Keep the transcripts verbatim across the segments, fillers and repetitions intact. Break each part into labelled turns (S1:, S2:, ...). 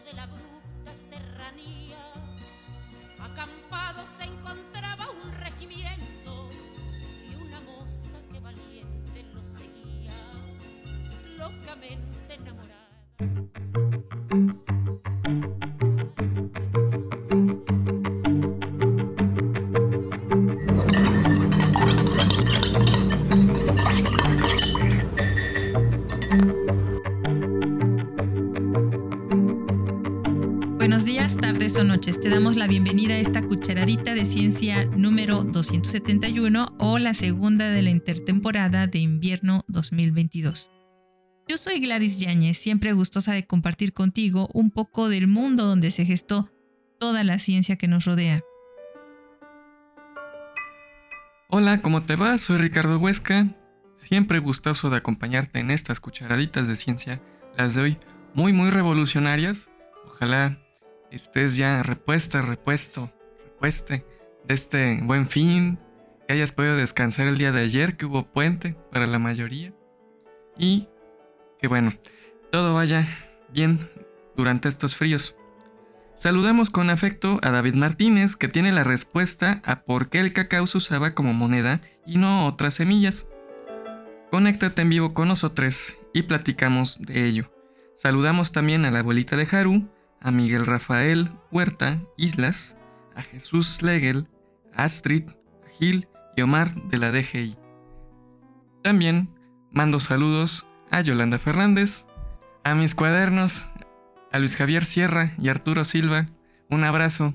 S1: de la bruta serranía, acampado se encontraba un regimiento y una moza que valiente lo seguía, locamente enamorada.
S2: Buenos días, tardes o noches. Te damos la bienvenida a esta cucharadita de ciencia número doscientos setenta y uno o la segunda de la intertemporada de invierno dos mil veintidós. Yo soy Gladys Yáñez, siempre gustosa de compartir contigo un poco del mundo donde se gestó toda la ciencia que nos rodea.
S3: Hola, ¿cómo te va? Soy Ricardo Huesca, siempre gustoso de acompañarte en estas cucharaditas de ciencia, las de hoy muy muy revolucionarias. Ojalá estés ya repuesta, repuesto, repueste de este buen fin, que hayas podido descansar el día de ayer, que hubo puente para la mayoría, y que bueno, todo vaya bien durante estos fríos. Saludamos con afecto a David Martínez, que tiene la respuesta a por qué el cacao se usaba como moneda y no otras semillas. Conéctate en vivo con nosotros y platicamos de ello. Saludamos también a la abuelita de Haru, a Miguel Rafael Huerta Islas, a Jesús Legel, a Astrid, a Gil y Omar de la D G I. También mando saludos a Yolanda Fernández, a mis cuadernos, a Luis Javier Sierra y Arturo Silva. Un abrazo.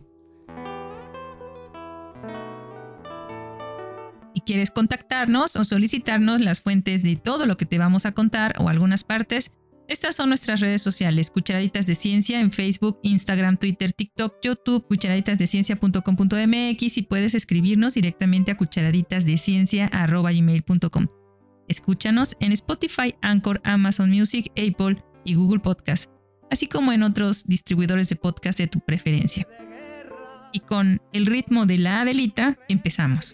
S2: Si quieres contactarnos o solicitarnos las fuentes de todo lo que te vamos a contar o algunas partes, estas son nuestras redes sociales: Cucharaditas de Ciencia en Facebook, Instagram, Twitter, TikTok, YouTube, cucharaditas de ciencia punto com punto m x, y puedes escribirnos directamente a cucharaditasdeciencia arroba gmail punto com. Escúchanos en Spotify, Anchor, Amazon Music, Apple y Google Podcast, así como en otros distribuidores de podcast de tu preferencia. Y con el ritmo de la Adelita, empezamos.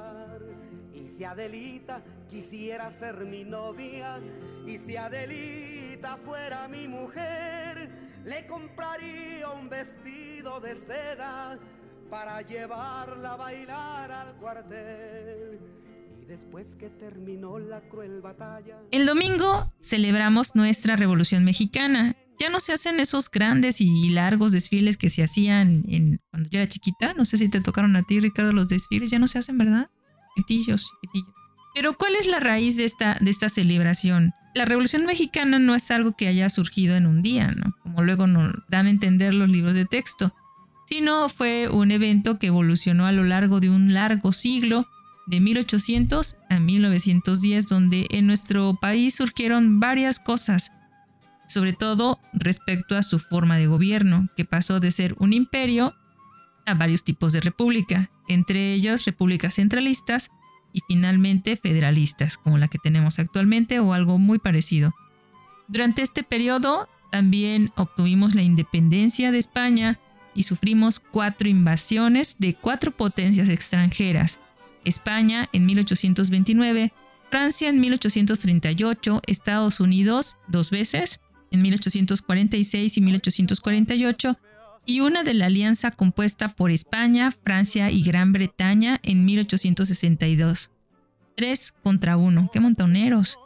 S4: Y si Adelita quisiera ser mi novia, y si Adelita fuera mi mujer, le compraría un vestido de seda para llevarla a bailar al cuartel. Y después que terminó la cruel batalla...
S2: El domingo celebramos nuestra Revolución Mexicana. Ya no se hacen esos grandes y largos desfiles que se hacían en, cuando yo era chiquita. No sé si te tocaron a ti, Ricardo, los desfiles. Ya no se hacen, ¿verdad? Chiquitillos, chiquitillos. Pero ¿cuál es la raíz de esta, de esta celebración? La Revolución Mexicana no es algo que haya surgido en un día, ¿no? Como luego nos dan a entender los libros de texto, sino fue un evento que evolucionó a lo largo de un largo siglo, de mil ochocientos a mil novecientos diez, donde en nuestro país surgieron varias cosas, sobre todo respecto a su forma de gobierno, que pasó de ser un imperio a varios tipos de república, entre ellos repúblicas centralistas y finalmente federalistas, como la que tenemos actualmente o algo muy parecido. Durante este periodo también obtuvimos la independencia de España y sufrimos cuatro invasiones de cuatro potencias extranjeras: España en mil ochocientos veintinueve, Francia en mil ochocientos treinta y ocho, Estados Unidos dos veces, en mil ochocientos cuarenta y seis y mil ochocientos cuarenta y ocho, y una de la alianza compuesta por España, Francia y Gran Bretaña en mil ochocientos sesenta y dos. Tres contra uno. ¡Qué montoneros!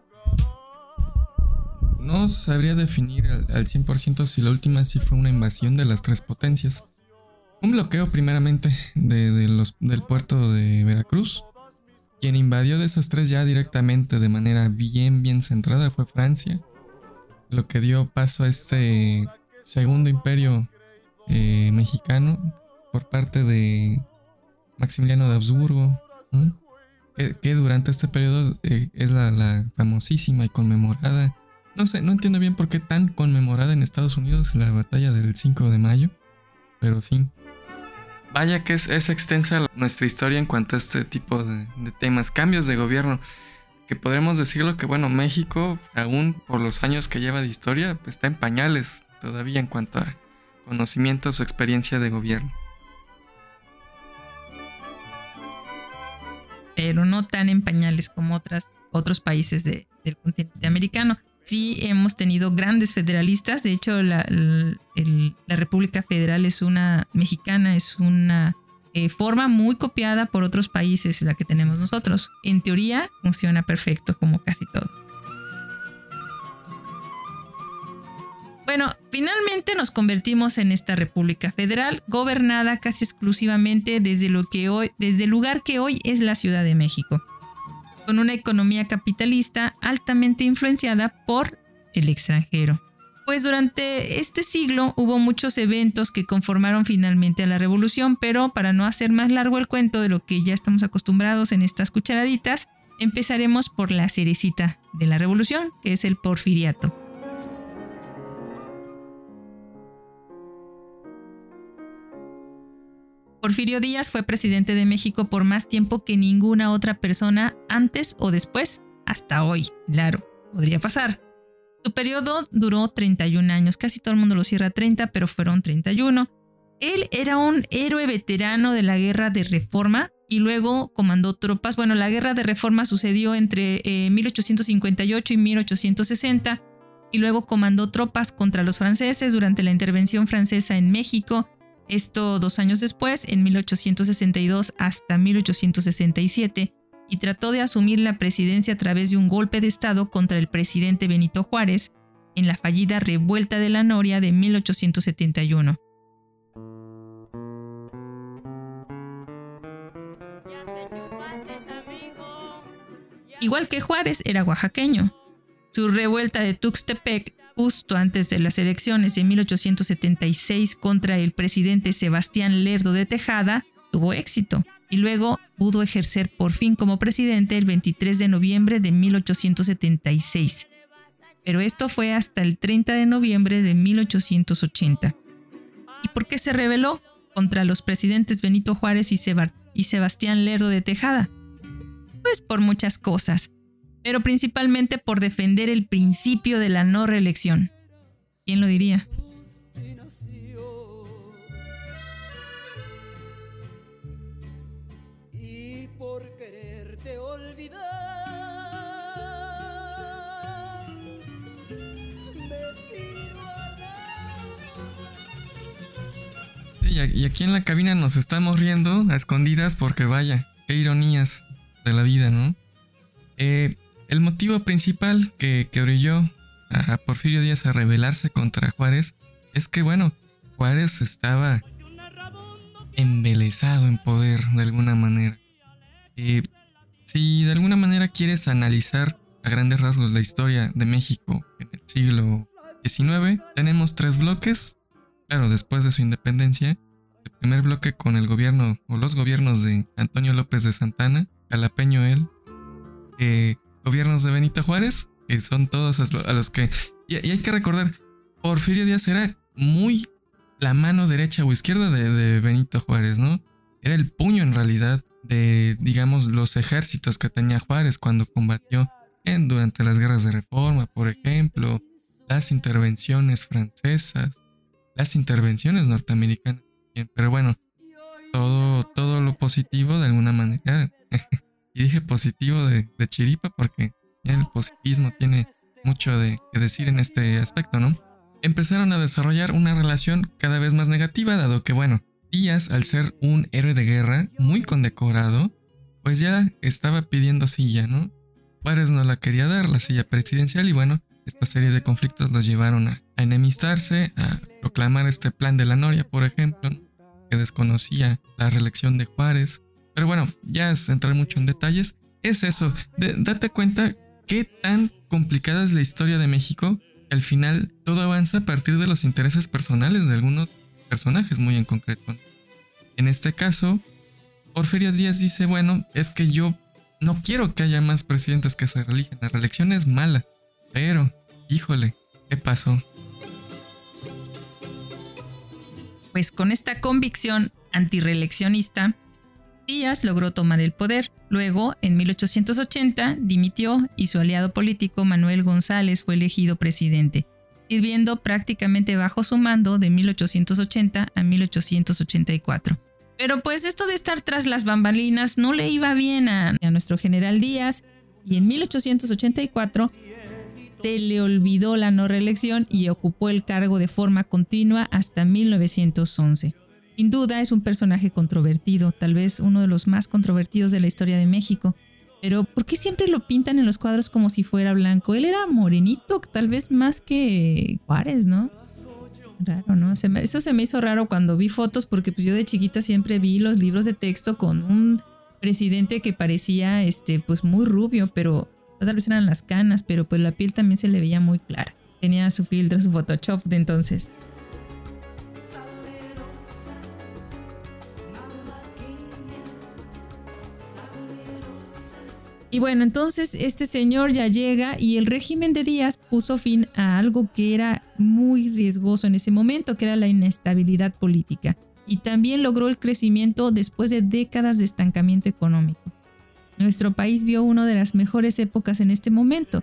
S3: No sabría definir al, al cien por ciento si la última sí fue una invasión de las tres potencias. Un bloqueo primeramente de, de los, del puerto de Veracruz. Quien invadió de esos tres ya directamente de manera bien bien centrada fue Francia, lo que dio paso a este segundo imperio eh, mexicano por parte de Maximiliano de Habsburgo, ¿eh? que, que durante este periodo eh, es la, la famosísima y conmemorada, no sé, no entiendo bien por qué tan conmemorada en Estados Unidos la batalla del cinco de mayo, pero sí. Vaya que es, es extensa nuestra historia en cuanto a este tipo de, de temas, cambios de gobierno, que podremos decirlo que bueno, México, aún por los años que lleva de historia, está en pañales todavía en cuanto a conocimientos o experiencia de gobierno.
S2: Pero no tan en pañales como otras, otros países de, del continente americano. sí hemos tenido grandes federalistas. De hecho, la, la, el, la República Federal es una mexicana, es una eh, forma muy copiada por otros países, la que tenemos nosotros. En teoría funciona perfecto, como casi todo. Bueno, finalmente nos convertimos en esta República Federal, gobernada casi exclusivamente desde, lo que hoy, desde el lugar que hoy es la Ciudad de México, con una economía capitalista altamente influenciada por el extranjero. Pues durante este siglo hubo muchos eventos que conformaron finalmente a la revolución, pero para no hacer más largo el cuento de lo que ya estamos acostumbrados en estas cucharaditas, empezaremos por la cerecita de la revolución, que es el porfiriato. Porfirio Díaz fue presidente de México por más tiempo que ninguna otra persona antes o después, hasta hoy. Claro, podría pasar. Su periodo duró treinta y un años, casi todo el mundo lo cierra treinta, pero fueron treinta y uno. Él era un héroe veterano de la Guerra de Reforma y luego comandó tropas. Bueno, la Guerra de Reforma sucedió entre eh, mil ochocientos cincuenta y ocho y mil ochocientos sesenta y luego comandó tropas contra los franceses durante la intervención francesa en México. Esto dos años después, en mil ochocientos sesenta y dos hasta mil ochocientos sesenta y siete, y trató de asumir la presidencia a través de un golpe de estado contra el presidente Benito Juárez en la fallida Revuelta de la Noria de mil ochocientos setenta y uno. Igual que Juárez, era oaxaqueño. Su revuelta de Tuxtepec, justo antes de las elecciones de mil ochocientos setenta y seis contra el presidente Sebastián Lerdo de Tejada, tuvo éxito y luego pudo ejercer por fin como presidente el veintitrés de noviembre de mil ochocientos setenta y seis. Pero esto fue hasta el treinta de noviembre de mil ochocientos ochenta. ¿Y por qué se rebeló contra los presidentes Benito Juárez y, Seba- y Sebastián Lerdo de Tejada? Pues por muchas cosas, pero principalmente por defender el principio de la no reelección. ¿Quién lo diría?
S5: Y por quererte olvidar, me tiro al agua.
S3: Sí, y aquí en la cabina nos estamos riendo a escondidas porque vaya, qué ironías de la vida, ¿no? Eh... El motivo principal que, que orilló a Porfirio Díaz a rebelarse contra Juárez es que, bueno, Juárez estaba embelesado en poder de alguna manera. Eh, si de alguna manera quieres analizar a grandes rasgos la historia de México en el siglo diecinueve, tenemos tres bloques. Claro, después de su independencia, el primer bloque con el gobierno o los gobiernos de Antonio López de Santana, Jalapeño él, eh, gobiernos de Benito Juárez, que son todos a los que... Y, y hay que recordar, Porfirio Díaz era muy la mano derecha o izquierda de, de Benito Juárez, ¿no? Era el puño en realidad de, digamos, los ejércitos que tenía Juárez cuando combatió en, durante las guerras de Reforma, por ejemplo, las intervenciones francesas, las intervenciones norteamericanas. Pero bueno, todo, todo lo positivo de alguna manera... Y dije positivo de, de chiripa porque el positivismo tiene mucho de, de decir en este aspecto, ¿no? Empezaron a desarrollar una relación cada vez más negativa, dado que, bueno, Díaz, al ser un héroe de guerra muy condecorado, pues ya estaba pidiendo silla, ¿no? Juárez no la quería dar, la silla presidencial, y bueno, esta serie de conflictos los llevaron a, a enemistarse, a proclamar este plan de la Noria, por ejemplo, que desconocía la reelección de Juárez. Pero bueno, ya es entrar mucho en detalles. Es eso, de, date cuenta qué tan complicada es la historia de México. Al final todo avanza a partir de los intereses personales de algunos personajes muy en concreto. En este caso, Porfirio Díaz dice, bueno, es que yo no quiero que haya más presidentes que se reelijan. La reelección es mala. Pero, híjole, ¿qué pasó?
S2: Pues con esta convicción antirreeleccionista, Díaz logró tomar el poder. Luego, en mil ochocientos ochenta, dimitió y su aliado político Manuel González fue elegido presidente, sirviendo prácticamente bajo su mando de mil ochocientos ochenta a mil ochocientos ochenta y cuatro. Pero pues esto de estar tras las bambalinas no le iba bien a, a nuestro general Díaz, y en mil ochocientos ochenta y cuatro se le olvidó la no reelección y ocupó el cargo de forma continua hasta mil novecientos once. Sin duda es un personaje controvertido, tal vez uno de los más controvertidos de la historia de México. Pero ¿por qué siempre lo pintan en los cuadros como si fuera blanco? Él era morenito, tal vez más que Juárez, ¿no? Raro, ¿no? Se me, eso se me hizo raro cuando vi fotos, porque pues yo de chiquita siempre vi los libros de texto con un presidente que parecía este, pues muy rubio, pero tal vez eran las canas, pero pues la piel también se le veía muy clara. Tenía su filtro, su Photoshop de entonces. Y bueno, entonces este señor ya llega y el régimen de Díaz puso fin a algo que era muy riesgoso en ese momento, que era la inestabilidad política. Y también logró el crecimiento después de décadas de estancamiento económico. Nuestro país vio una de las mejores épocas en este momento.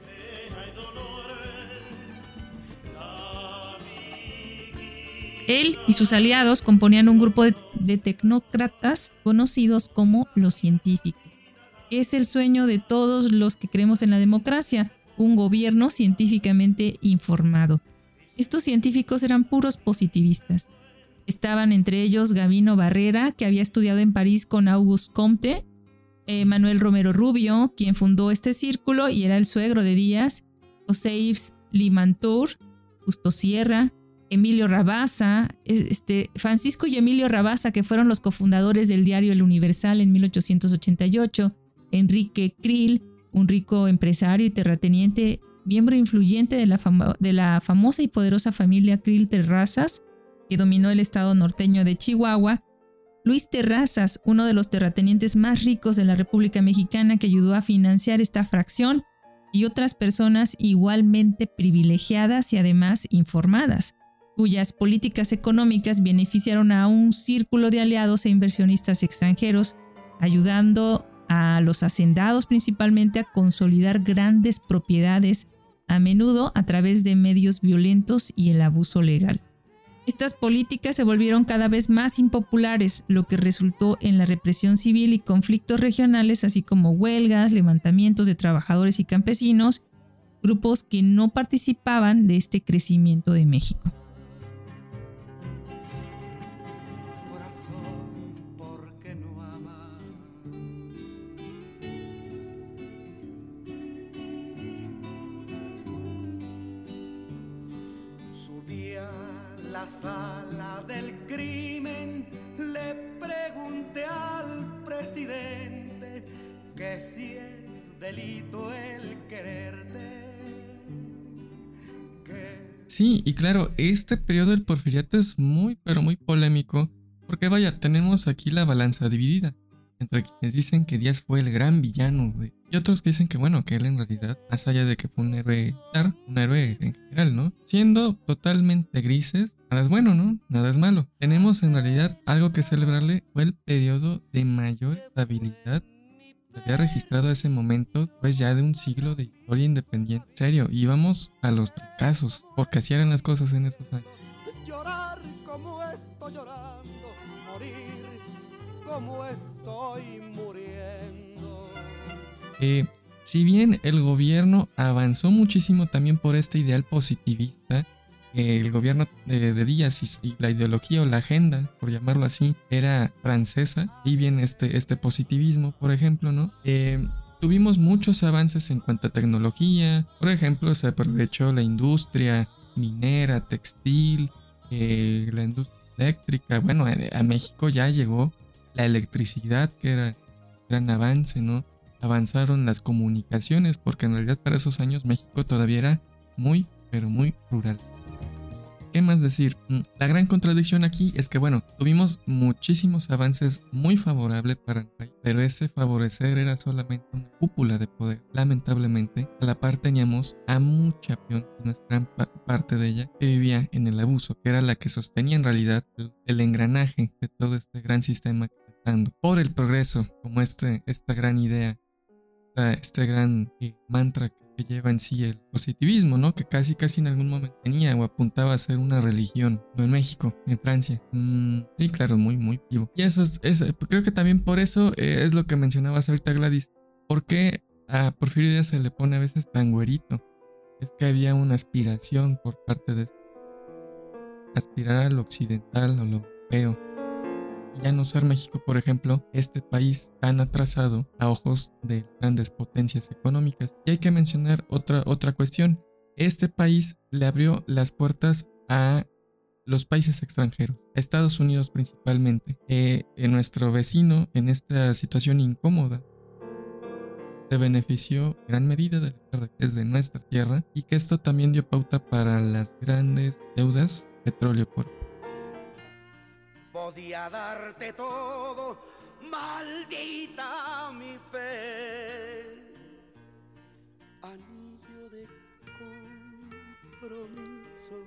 S2: Él y sus aliados componían un grupo de, de tecnócratas conocidos como los científicos. Es el sueño de todos los que creemos en la democracia, un gobierno científicamente informado. Estos científicos eran puros positivistas. Estaban entre ellos Gavino Barrera, que había estudiado en París con Auguste Comte, eh, Manuel Romero Rubio, quien fundó este círculo y era el suegro de Díaz, Joseph Limantour, Justo Sierra, Emilio Rabasa, este, Francisco y Emilio Rabasa, que fueron los cofundadores del diario El Universal en mil ochocientos ochenta y ocho, Enrique Krill, un rico empresario y terrateniente, miembro influyente de la, fama, de la famosa y poderosa familia Krill Terrazas, que dominó el estado norteño de Chihuahua, Luis Terrazas, uno de los terratenientes más ricos de la República Mexicana, que ayudó a financiar esta fracción, y otras personas igualmente privilegiadas y además informadas, cuyas políticas económicas beneficiaron a un círculo de aliados e inversionistas extranjeros, ayudando a los hacendados principalmente a consolidar grandes propiedades, a menudo a través de medios violentos y el abuso legal. Estas políticas se volvieron cada vez más impopulares, lo que resultó en la represión civil y conflictos regionales, así como huelgas, levantamientos de trabajadores y campesinos, grupos que no participaban de este crecimiento de México.
S4: Sala del crimen, le pregunté al presidente que si es delito el quererte. Que...
S3: Sí, y claro, este periodo del porfiriato es muy, pero muy polémico, porque vaya, tenemos aquí la balanza dividida entre quienes dicen que Díaz fue el gran villano, güey, y otros que dicen que bueno, que él en realidad, más allá de que fue un héroe, un héroe en general, ¿no? Siendo totalmente grises, nada es bueno, ¿no? Nada es malo. Tenemos en realidad algo que celebrarle, fue el periodo de mayor estabilidad que había registrado a ese momento, pues ya de un siglo de historia independiente. En serio, íbamos a los trancazos, porque así eran las cosas en esos años.
S4: Llorar como estoy llorando, morir como estoy muriendo.
S3: Eh, si bien el gobierno avanzó muchísimo también por este ideal positivista, eh, el gobierno de, de Díaz y, y la ideología o la agenda, por llamarlo así, era francesa, y bien este, este positivismo, por ejemplo, ¿no? Eh, tuvimos muchos avances en cuanto a tecnología. Por ejemplo, se aprovechó la industria minera, textil, eh, la industria eléctrica. Bueno, a México ya llegó la electricidad, que era un gran avance, ¿no? Avanzaron las comunicaciones, porque en realidad para esos años México todavía era muy, pero muy rural. ¿Qué más decir? La gran contradicción aquí es que, bueno, tuvimos muchísimos avances muy favorables para el país, pero ese favorecer era solamente una cúpula de poder. Lamentablemente, a la par teníamos a mucha peón, una gran pa- parte de ella, que vivía en el abuso, que era la que sostenía en realidad el, el engranaje de todo este gran sistema que está dando por el progreso, como este, esta gran idea, esta, este gran eh, mantra que que lleva en sí el positivismo, ¿no? Que casi casi en algún momento tenía o apuntaba a ser una religión, no en México, en Francia. Mm, sí, claro, muy, muy vivo. Y eso es, es creo que también por eso eh, es lo que mencionabas ahorita, Gladys. ¿Por qué a Porfirio Díaz se le pone a veces tan güerito? es que había una aspiración por parte de aspirar a lo occidental, a lo europeo. Y ya no ser México, por ejemplo, este país tan atrasado a ojos de grandes potencias económicas. Y hay que mencionar otra, otra cuestión. Este país le abrió las puertas a los países extranjeros, Estados Unidos principalmente. Eh, en nuestro vecino, en esta situación incómoda, se benefició en gran medida de la tierra que es de nuestra tierra, y que esto también dio pauta para las grandes deudas petróleo por.
S4: Podía darte todo, maldita mi fe. Anillo de compromiso.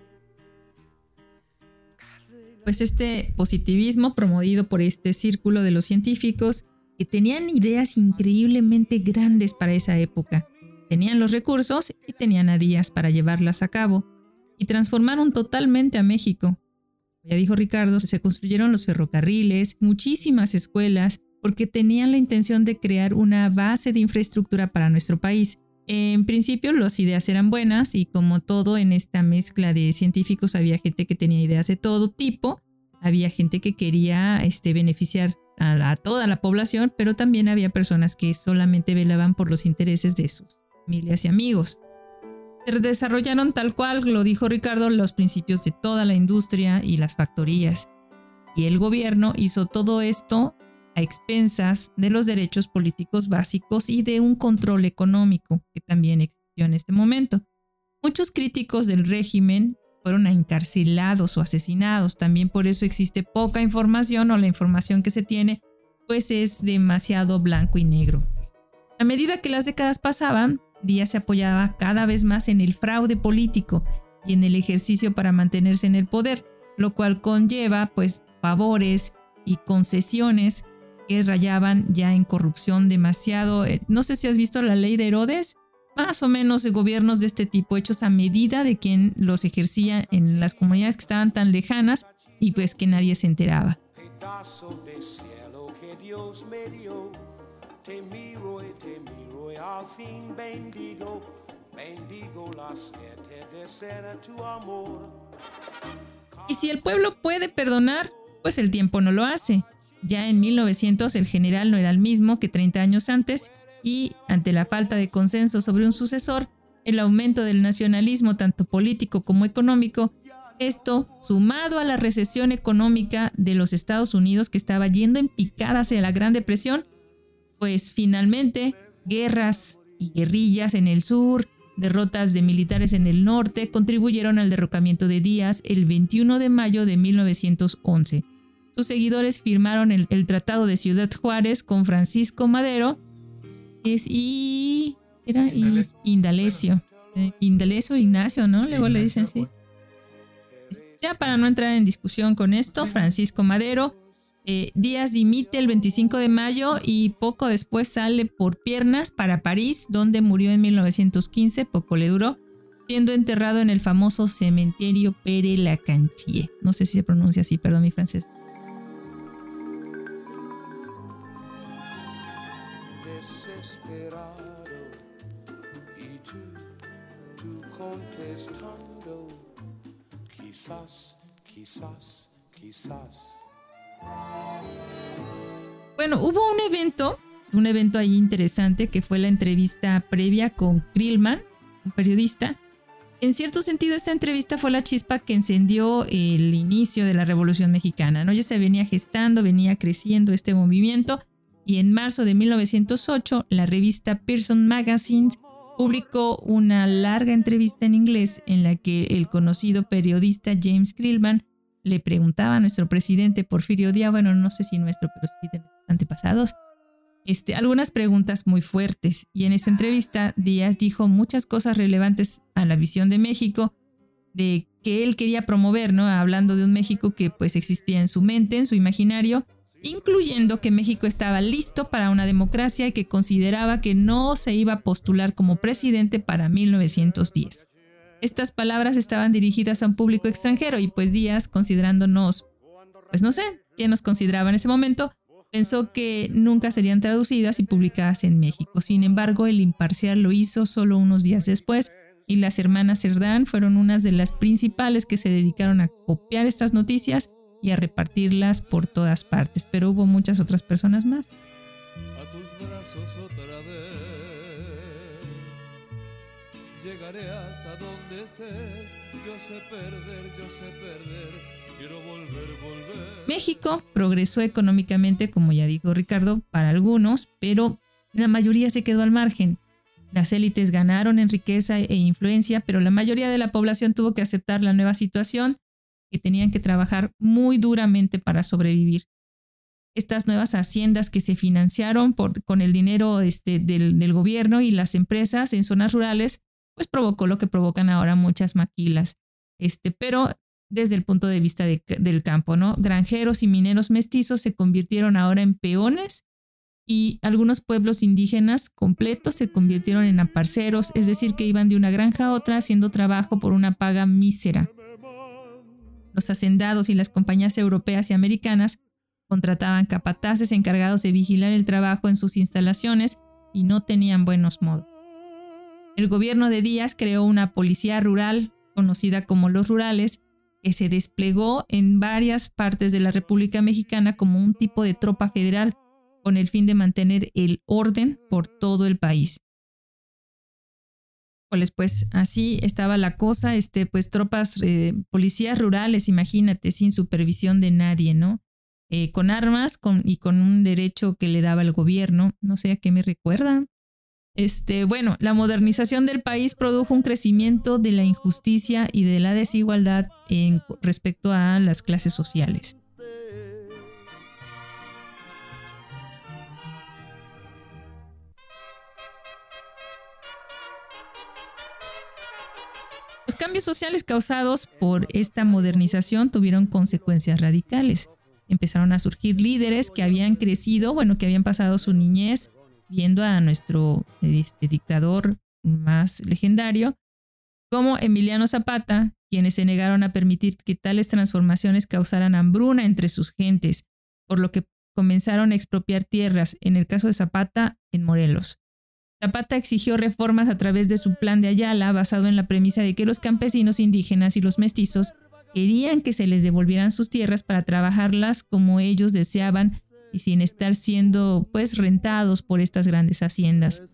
S2: Pues este positivismo promovido por este círculo de los científicos que tenían ideas increíblemente grandes para esa época. Tenían los recursos y tenían a Díaz para llevarlas a cabo y transformaron totalmente a México. Ya dijo Ricardo, se construyeron los ferrocarriles, muchísimas escuelas, porque tenían la intención de crear una base de infraestructura para nuestro país. En principio las ideas eran buenas y como todo en esta mezcla de científicos había gente que tenía ideas de todo tipo, había gente que quería este, beneficiar a, la, a toda la población, pero también había personas que solamente velaban por los intereses de sus familias y amigos. Se desarrollaron tal cual, lo dijo Ricardo, los principios de toda la industria y las factorías. Y el gobierno hizo todo esto a expensas de los derechos políticos básicos y de un control económico que también existió en este momento. Muchos críticos del régimen fueron encarcelados o asesinados. También por eso existe poca información, o la información que se tiene pues es demasiado blanco y negro. A medida que las décadas pasaban, Díaz se apoyaba cada vez más en el fraude político y en el ejercicio para mantenerse en el poder, lo cual conlleva pues favores y concesiones que rayaban ya en corrupción demasiado. No sé si has visto la ley de Herodes, más o menos de gobiernos de este tipo hechos a medida de quien los ejercía en las comunidades que estaban tan lejanas y pues que nadie se enteraba.
S6: Pedazo de cielo que Dios me dio, te miro y te miro y al fin bendigo, bendigo la suerte de ser tu amor.
S2: Y si el pueblo puede perdonar, pues el tiempo no lo hace. Ya en mil novecientos el general no era el mismo que treinta años antes y ante la falta de consenso sobre un sucesor, el aumento del nacionalismo tanto político como económico, esto sumado a la recesión económica de los Estados Unidos que estaba yendo en picada hacia la Gran Depresión, pues finalmente guerras y guerrillas en el sur, derrotas de militares en el norte contribuyeron al derrocamiento de Díaz el veintiuno de mayo de mil novecientos once. Sus seguidores firmaron el, el Tratado de Ciudad Juárez con Francisco Madero es, y era Indalecio. Indalecio. Eh, Indalecio Ignacio, ¿no? Luego Ignacio, le dicen sí. Ya para no entrar en discusión con esto, Francisco Madero, eh, Díaz dimite el veinticinco de mayo y poco después sale por piernas para París, donde murió en mil novecientos quince, poco le duró, siendo enterrado en el famoso cementerio Pere Lacantier. No sé si se pronuncia así, perdón mi francés.
S6: Quizás, quizás, quizás.
S2: Bueno, hubo un evento, un evento ahí interesante que fue la entrevista previa con Krillman, un periodista. En cierto sentido, esta entrevista fue la chispa que encendió el inicio de la Revolución Mexicana, ¿no? Ya se venía gestando, venía creciendo este movimiento y en marzo de mil novecientos ocho la revista Pearson Magazine publicó una larga entrevista en inglés en la que el conocido periodista James Krillman le preguntaba a nuestro presidente Porfirio Díaz, bueno, no sé si nuestro, pero sí de nuestros antepasados, este, algunas preguntas muy fuertes. Y en esta entrevista Díaz dijo muchas cosas relevantes a la visión de México, de que él quería promover, ¿no? Hablando de un México que pues existía en su mente, en su imaginario, incluyendo que México estaba listo para una democracia y que consideraba que no se iba a postular como presidente para mil novecientos diez. Estas palabras estaban dirigidas a un público extranjero y pues Díaz, considerándonos, pues no sé, quién nos consideraba en ese momento, pensó que nunca serían traducidas y publicadas en México. Sin embargo, el Imparcial lo hizo solo unos días después y las hermanas Cerdán fueron unas de las principales que se dedicaron a copiar estas noticias y a repartirlas por todas partes, pero hubo muchas otras personas más.
S7: A tus brazos otra vez, llegaré hasta donde estés, yo sé perder, yo sé perder, quiero volver, volver.
S2: México progresó económicamente, como ya dijo Ricardo, para algunos, pero la mayoría se quedó al margen. Las élites ganaron en riqueza e influencia, pero la mayoría de la población tuvo que aceptar la nueva situación, que tenían que trabajar muy duramente para sobrevivir. Estas nuevas haciendas que se financiaron por, con el dinero este, del, del gobierno y las empresas en zonas rurales, pues provocó lo que provocan ahora muchas maquilas. Este, pero desde el punto de vista de, del campo, ¿no? Granjeros y mineros mestizos se convirtieron ahora en peones y algunos pueblos indígenas completos se convirtieron en aparceros, es decir, que iban de una granja a otra haciendo trabajo por una paga mísera. Los hacendados y las compañías europeas y americanas contrataban capataces encargados de vigilar el trabajo en sus instalaciones y no tenían buenos modos. El gobierno de Díaz creó una policía rural, conocida como los rurales, que se desplegó en varias partes de la República Mexicana como un tipo de tropa federal, con el fin de mantener el orden por todo el país. Pues así estaba la cosa, este, pues tropas, eh, policías rurales, imagínate, sin supervisión de nadie, ¿no? Eh, con armas con, y con un derecho que le daba el gobierno, no sé a qué me recuerda. Este, bueno, la modernización del país produjo un crecimiento de la injusticia y de la desigualdad en respecto a las clases sociales. Los cambios sociales causados por esta modernización tuvieron consecuencias radicales. Empezaron a surgir líderes que habían crecido, bueno, que habían pasado su niñez viendo a nuestro este, dictador más legendario, como Emiliano Zapata, quienes se negaron a permitir que tales transformaciones causaran hambruna entre sus gentes, por lo que comenzaron a expropiar tierras, en el caso de Zapata, en Morelos. Zapata exigió reformas a través de su plan de Ayala, basado en la premisa de que los campesinos indígenas y los mestizos querían que se les devolvieran sus tierras para trabajarlas como ellos deseaban y sin estar siendo pues rentados por estas grandes haciendas.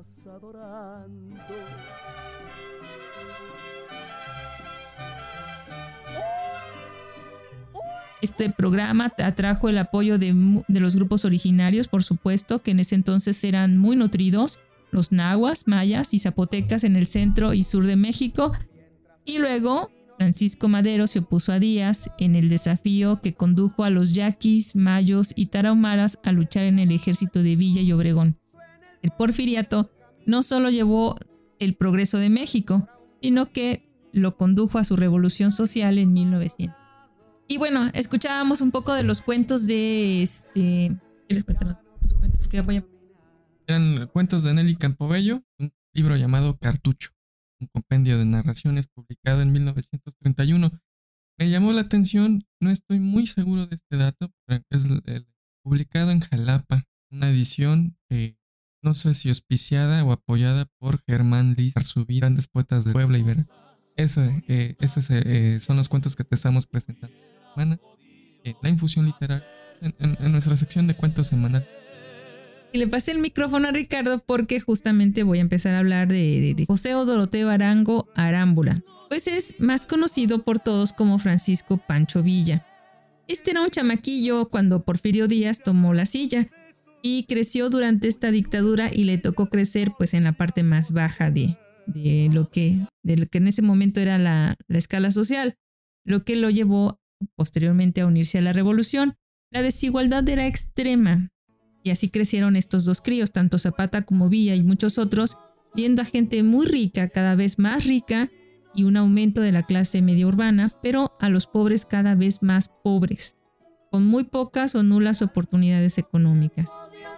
S2: Este programa atrajo el apoyo de, de los grupos originarios, por supuesto, que en ese entonces eran muy nutridos, los nahuas, mayas y zapotecas en el centro y sur de México, y luego Francisco Madero se opuso a Díaz en el desafío que condujo a los yaquis, mayos y tarahumaras a luchar en el ejército de Villa y Obregón. El porfiriato no solo llevó el progreso de México, sino que lo condujo a su revolución social en mil novecientos. Y bueno, escuchábamos un poco de los cuentos de este... ¿Qué les cuentan los cuentos? ¿Qué voy a...
S3: Eran cuentos de Nelly Campobello, un libro llamado Cartucho, un compendio de narraciones publicado en mil novecientos treinta y uno. Me llamó la atención, no estoy muy seguro de este dato, pero es el, el, publicado en Jalapa, una edición eh, no sé si auspiciada o apoyada por Germán Liz, Arzubí, grandes poetas de Puebla y Vera. Ese, eh, esos eh, son los cuentos que te estamos presentando esta semana, eh, la infusión literaria en, en, en nuestra sección de cuentos semanal.
S2: Y le pasé el micrófono a Ricardo porque justamente voy a empezar a hablar de, de, de José Doroteo Arango Arámbula. Pues es más conocido por todos como Francisco Pancho Villa. Este era un chamaquillo cuando Porfirio Díaz tomó la silla y creció durante esta dictadura y le tocó crecer pues en la parte más baja de, de, lo, que, de lo que en ese momento era la, la escala social, lo que lo llevó posteriormente a unirse a la revolución. La desigualdad era extrema. Y así crecieron estos dos críos, tanto Zapata como Villa y muchos otros, viendo a gente muy rica, cada vez más rica, y un aumento de la clase media urbana, pero a los pobres cada vez más pobres, con muy pocas o nulas oportunidades económicas.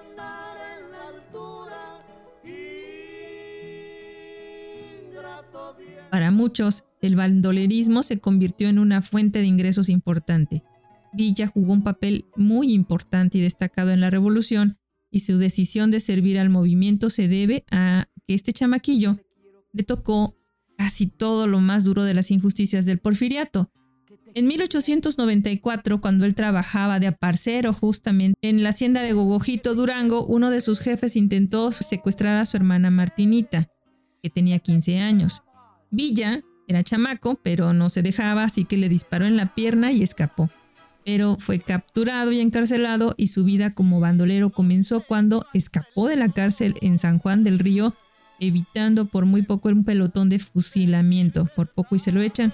S2: Para muchos, el bandolerismo se convirtió en una fuente de ingresos importante. Villa jugó un papel muy importante y destacado en la revolución y su decisión de servir al movimiento se debe a que este chamaquillo le tocó casi todo lo más duro de las injusticias del porfiriato. En mil ochocientos noventa y cuatro, cuando él trabajaba de aparcero justamente en la hacienda de Gogojito, Durango, uno de sus jefes intentó secuestrar a su hermana Martinita, que tenía quince años. Villa era chamaco, pero no se dejaba, así que le disparó en la pierna y escapó. Pero fue capturado y encarcelado y su vida como bandolero comenzó cuando escapó de la cárcel en San Juan del Río, evitando por muy poco un pelotón de fusilamiento. Por poco y se lo echan.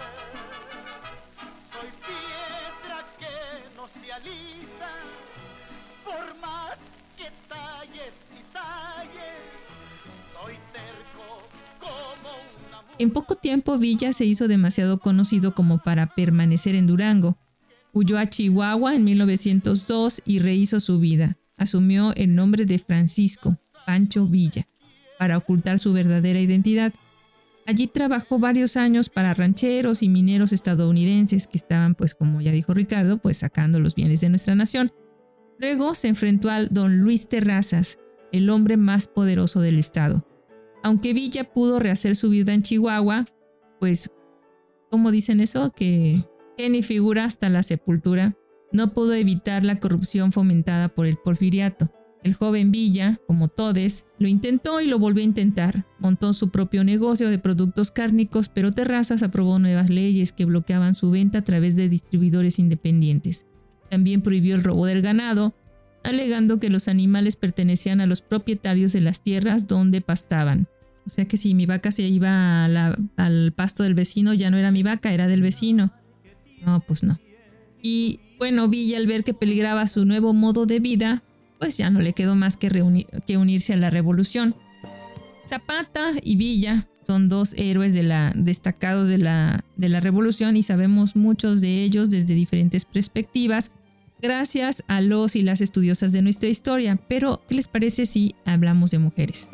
S8: Soy piedra que no se alisa, por más que talles y talles, soy terco como una...
S2: En poco tiempo Villa se hizo demasiado conocido como para permanecer en Durango. Huyó a Chihuahua en mil novecientos dos y rehizo su vida. Asumió el nombre de Francisco Pancho Villa para ocultar su verdadera identidad. Allí trabajó varios años para rancheros y mineros estadounidenses que estaban, pues como ya dijo Ricardo, pues sacando los bienes de nuestra nación. Luego se enfrentó al don Luis Terrazas, el hombre más poderoso del estado. Aunque Villa pudo rehacer su vida en Chihuahua, pues, ¿cómo dicen eso? Que... que ni figura hasta la sepultura, no pudo evitar la corrupción fomentada por el porfiriato. El joven Villa, como todes, lo intentó y lo volvió a intentar. Montó su propio negocio de productos cárnicos, pero Terrazas aprobó nuevas leyes que bloqueaban su venta a través de distribuidores independientes. También prohibió el robo del ganado, alegando que los animales pertenecían a los propietarios de las tierras donde pastaban. O sea que si mi vaca se iba a la, al pasto del vecino, ya no era mi vaca, era del vecino. No, pues no. Y bueno, Villa, al ver que peligraba su nuevo modo de vida, pues ya no le quedó más que, reunir, que unirse a la revolución. Zapata y Villa son dos héroes de la, destacados de la, de la revolución y sabemos muchos de ellos desde diferentes perspectivas, gracias a los y las estudiosas de nuestra historia. Pero, ¿qué les parece si hablamos de mujeres?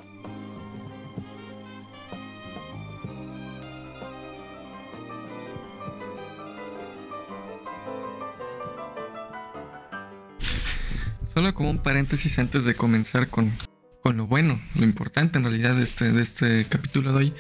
S3: Solo como un paréntesis antes de comenzar con, con lo bueno, lo importante en realidad de este, de este capítulo de hoy.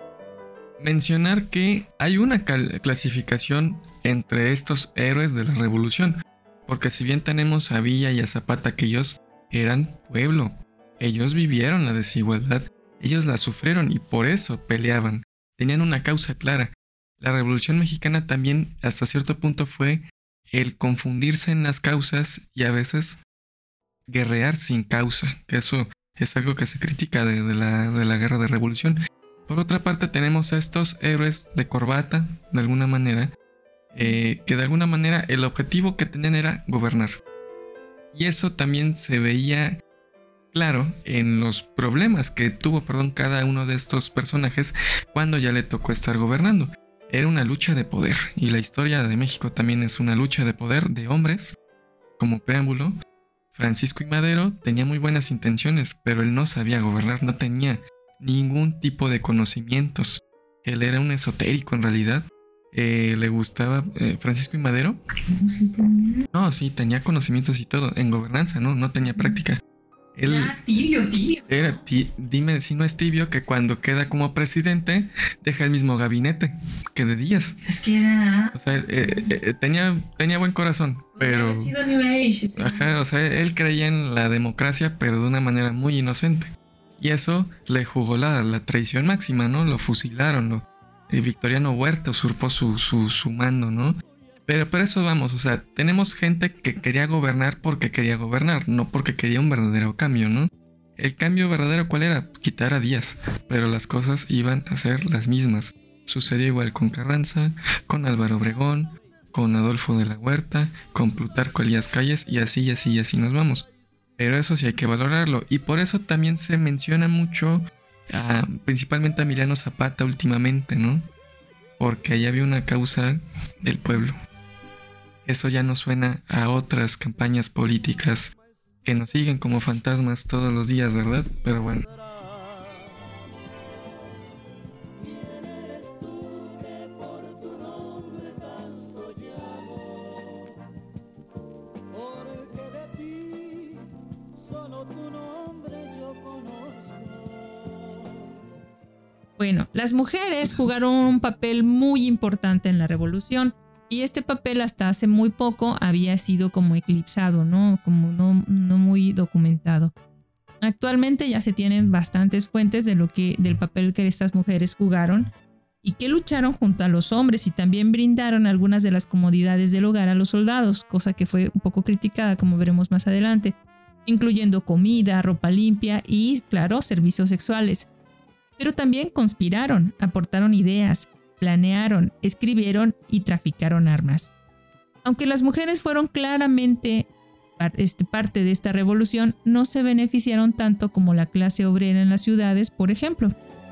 S3: Mencionar que hay una cal- clasificación entre estos héroes de la revolución. Porque si bien tenemos a Villa y a Zapata, que ellos eran pueblo, ellos vivieron la desigualdad, ellos la sufrieron y por eso peleaban. Tenían una causa clara. La Revolución Mexicana también hasta cierto punto fue el confundirse en las causas y a veces guerrear sin causa, que eso es algo que se critica de, de, la, de la guerra de revolución. Por otra parte tenemos a estos héroes de corbata, de alguna manera, eh, que de alguna manera el objetivo que tenían era gobernar. Y eso también se veía claro en los problemas que tuvo, perdón, cada uno de estos personajes cuando ya le tocó estar gobernando. Era una lucha de poder, y la historia de México también es una lucha de poder de hombres. Como preámbulo, Francisco I. Madero tenía muy buenas intenciones, pero él no sabía gobernar, no tenía ningún tipo de conocimientos. Él era un esotérico en realidad. Eh, le gustaba eh, Francisco I. Madero. No, sí, tenía conocimientos y todo, en gobernanza, no, no tenía práctica. Él
S2: ya, tibio, tibio.
S3: Era ti- dime si no es tibio que cuando queda como presidente deja el mismo gabinete que de Díaz.
S2: Es que era...
S3: O sea, eh, eh, tenía, tenía buen corazón, pero...
S2: sido New Age, sí.
S3: Ajá, o sea, él creía en la democracia, pero de una manera muy inocente. Y eso le jugó la, la traición máxima, ¿no? Lo fusilaron, lo, el Victoriano Huerta usurpó su, su, su mando, ¿no? Pero por eso vamos, o sea, tenemos gente que quería gobernar porque quería gobernar, no porque quería un verdadero cambio, ¿no? El cambio verdadero, ¿cuál era? Quitar a Díaz, pero las cosas iban a ser las mismas. Sucedió igual con Carranza, con Álvaro Obregón, con Adolfo de la Huerta, con Plutarco Elías Calles, y así, y así, y así nos vamos. Pero eso sí hay que valorarlo, y por eso también se menciona mucho, a, principalmente a Emiliano Zapata últimamente, ¿no? Porque ahí había una causa del pueblo. Eso ya no suena a otras campañas políticas que nos siguen como fantasmas todos los días, ¿verdad? Pero bueno.
S2: Bueno, las mujeres jugaron un papel muy importante en la revolución y este papel hasta hace muy poco había sido como eclipsado, ¿no? Como no, no muy documentado. Actualmente ya se tienen bastantes fuentes de lo que, del papel que estas mujeres jugaron y que lucharon junto a los hombres y también brindaron algunas de las comodidades del hogar a los soldados, cosa que fue un poco criticada, como veremos más adelante, incluyendo comida, ropa limpia y, claro, servicios sexuales. Pero también conspiraron, aportaron ideas, planearon, escribieron y traficaron armas. Aunque las mujeres fueron claramente este, parte de esta revolución, no se beneficiaron tanto como la clase obrera en las ciudades, por ejemplo.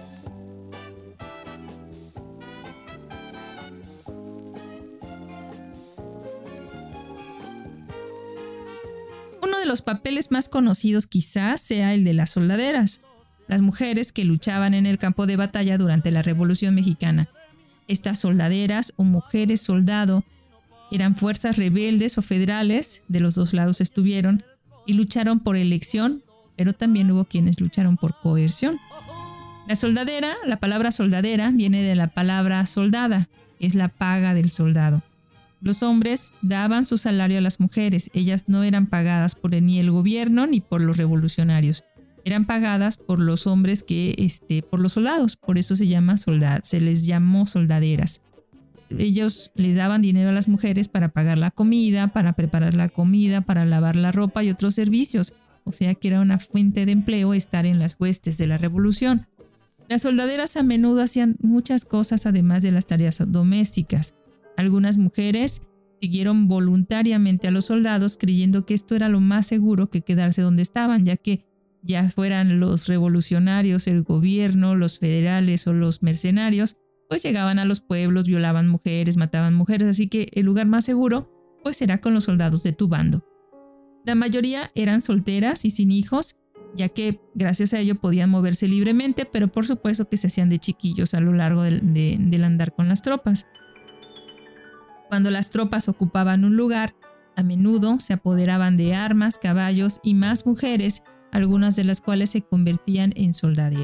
S2: Uno de los papeles más conocidos quizás sea el de las soldaderas, las mujeres que luchaban en el campo de batalla durante la Revolución Mexicana. Estas soldaderas o mujeres soldado eran fuerzas rebeldes o federales, de los dos lados estuvieron, y lucharon por elección, pero también hubo quienes lucharon por coerción. La soldadera, la palabra soldadera viene de la palabra soldada, que es la paga del soldado. Los hombres daban su salario a las mujeres, ellas no eran pagadas por ni el gobierno ni por los revolucionarios. Eran pagadas por los hombres que, este, por los soldados, por eso se llama soldad, se les llamó soldaderas. Ellos les daban dinero a las mujeres para pagar la comida, para preparar la comida, para lavar la ropa y otros servicios. O sea que era una fuente de empleo estar en las huestes de la revolución. Las soldaderas a menudo hacían muchas cosas además de las tareas domésticas. Algunas mujeres siguieron voluntariamente a los soldados creyendo que esto era lo más seguro que quedarse donde estaban, ya que ya fueran los revolucionarios, el gobierno, los federales o los mercenarios, pues llegaban a los pueblos, violaban mujeres, mataban mujeres, así que el lugar más seguro pues era con los soldados de tu bando. La mayoría eran solteras y sin hijos, ya que gracias a ello podían moverse libremente, pero por supuesto que se hacían de chiquillos a lo largo del, de, del andar con las tropas. Cuando las tropas ocupaban un lugar, a menudo se apoderaban de armas, caballos y más mujeres, algunas de las cuales se convertían en soldaderas.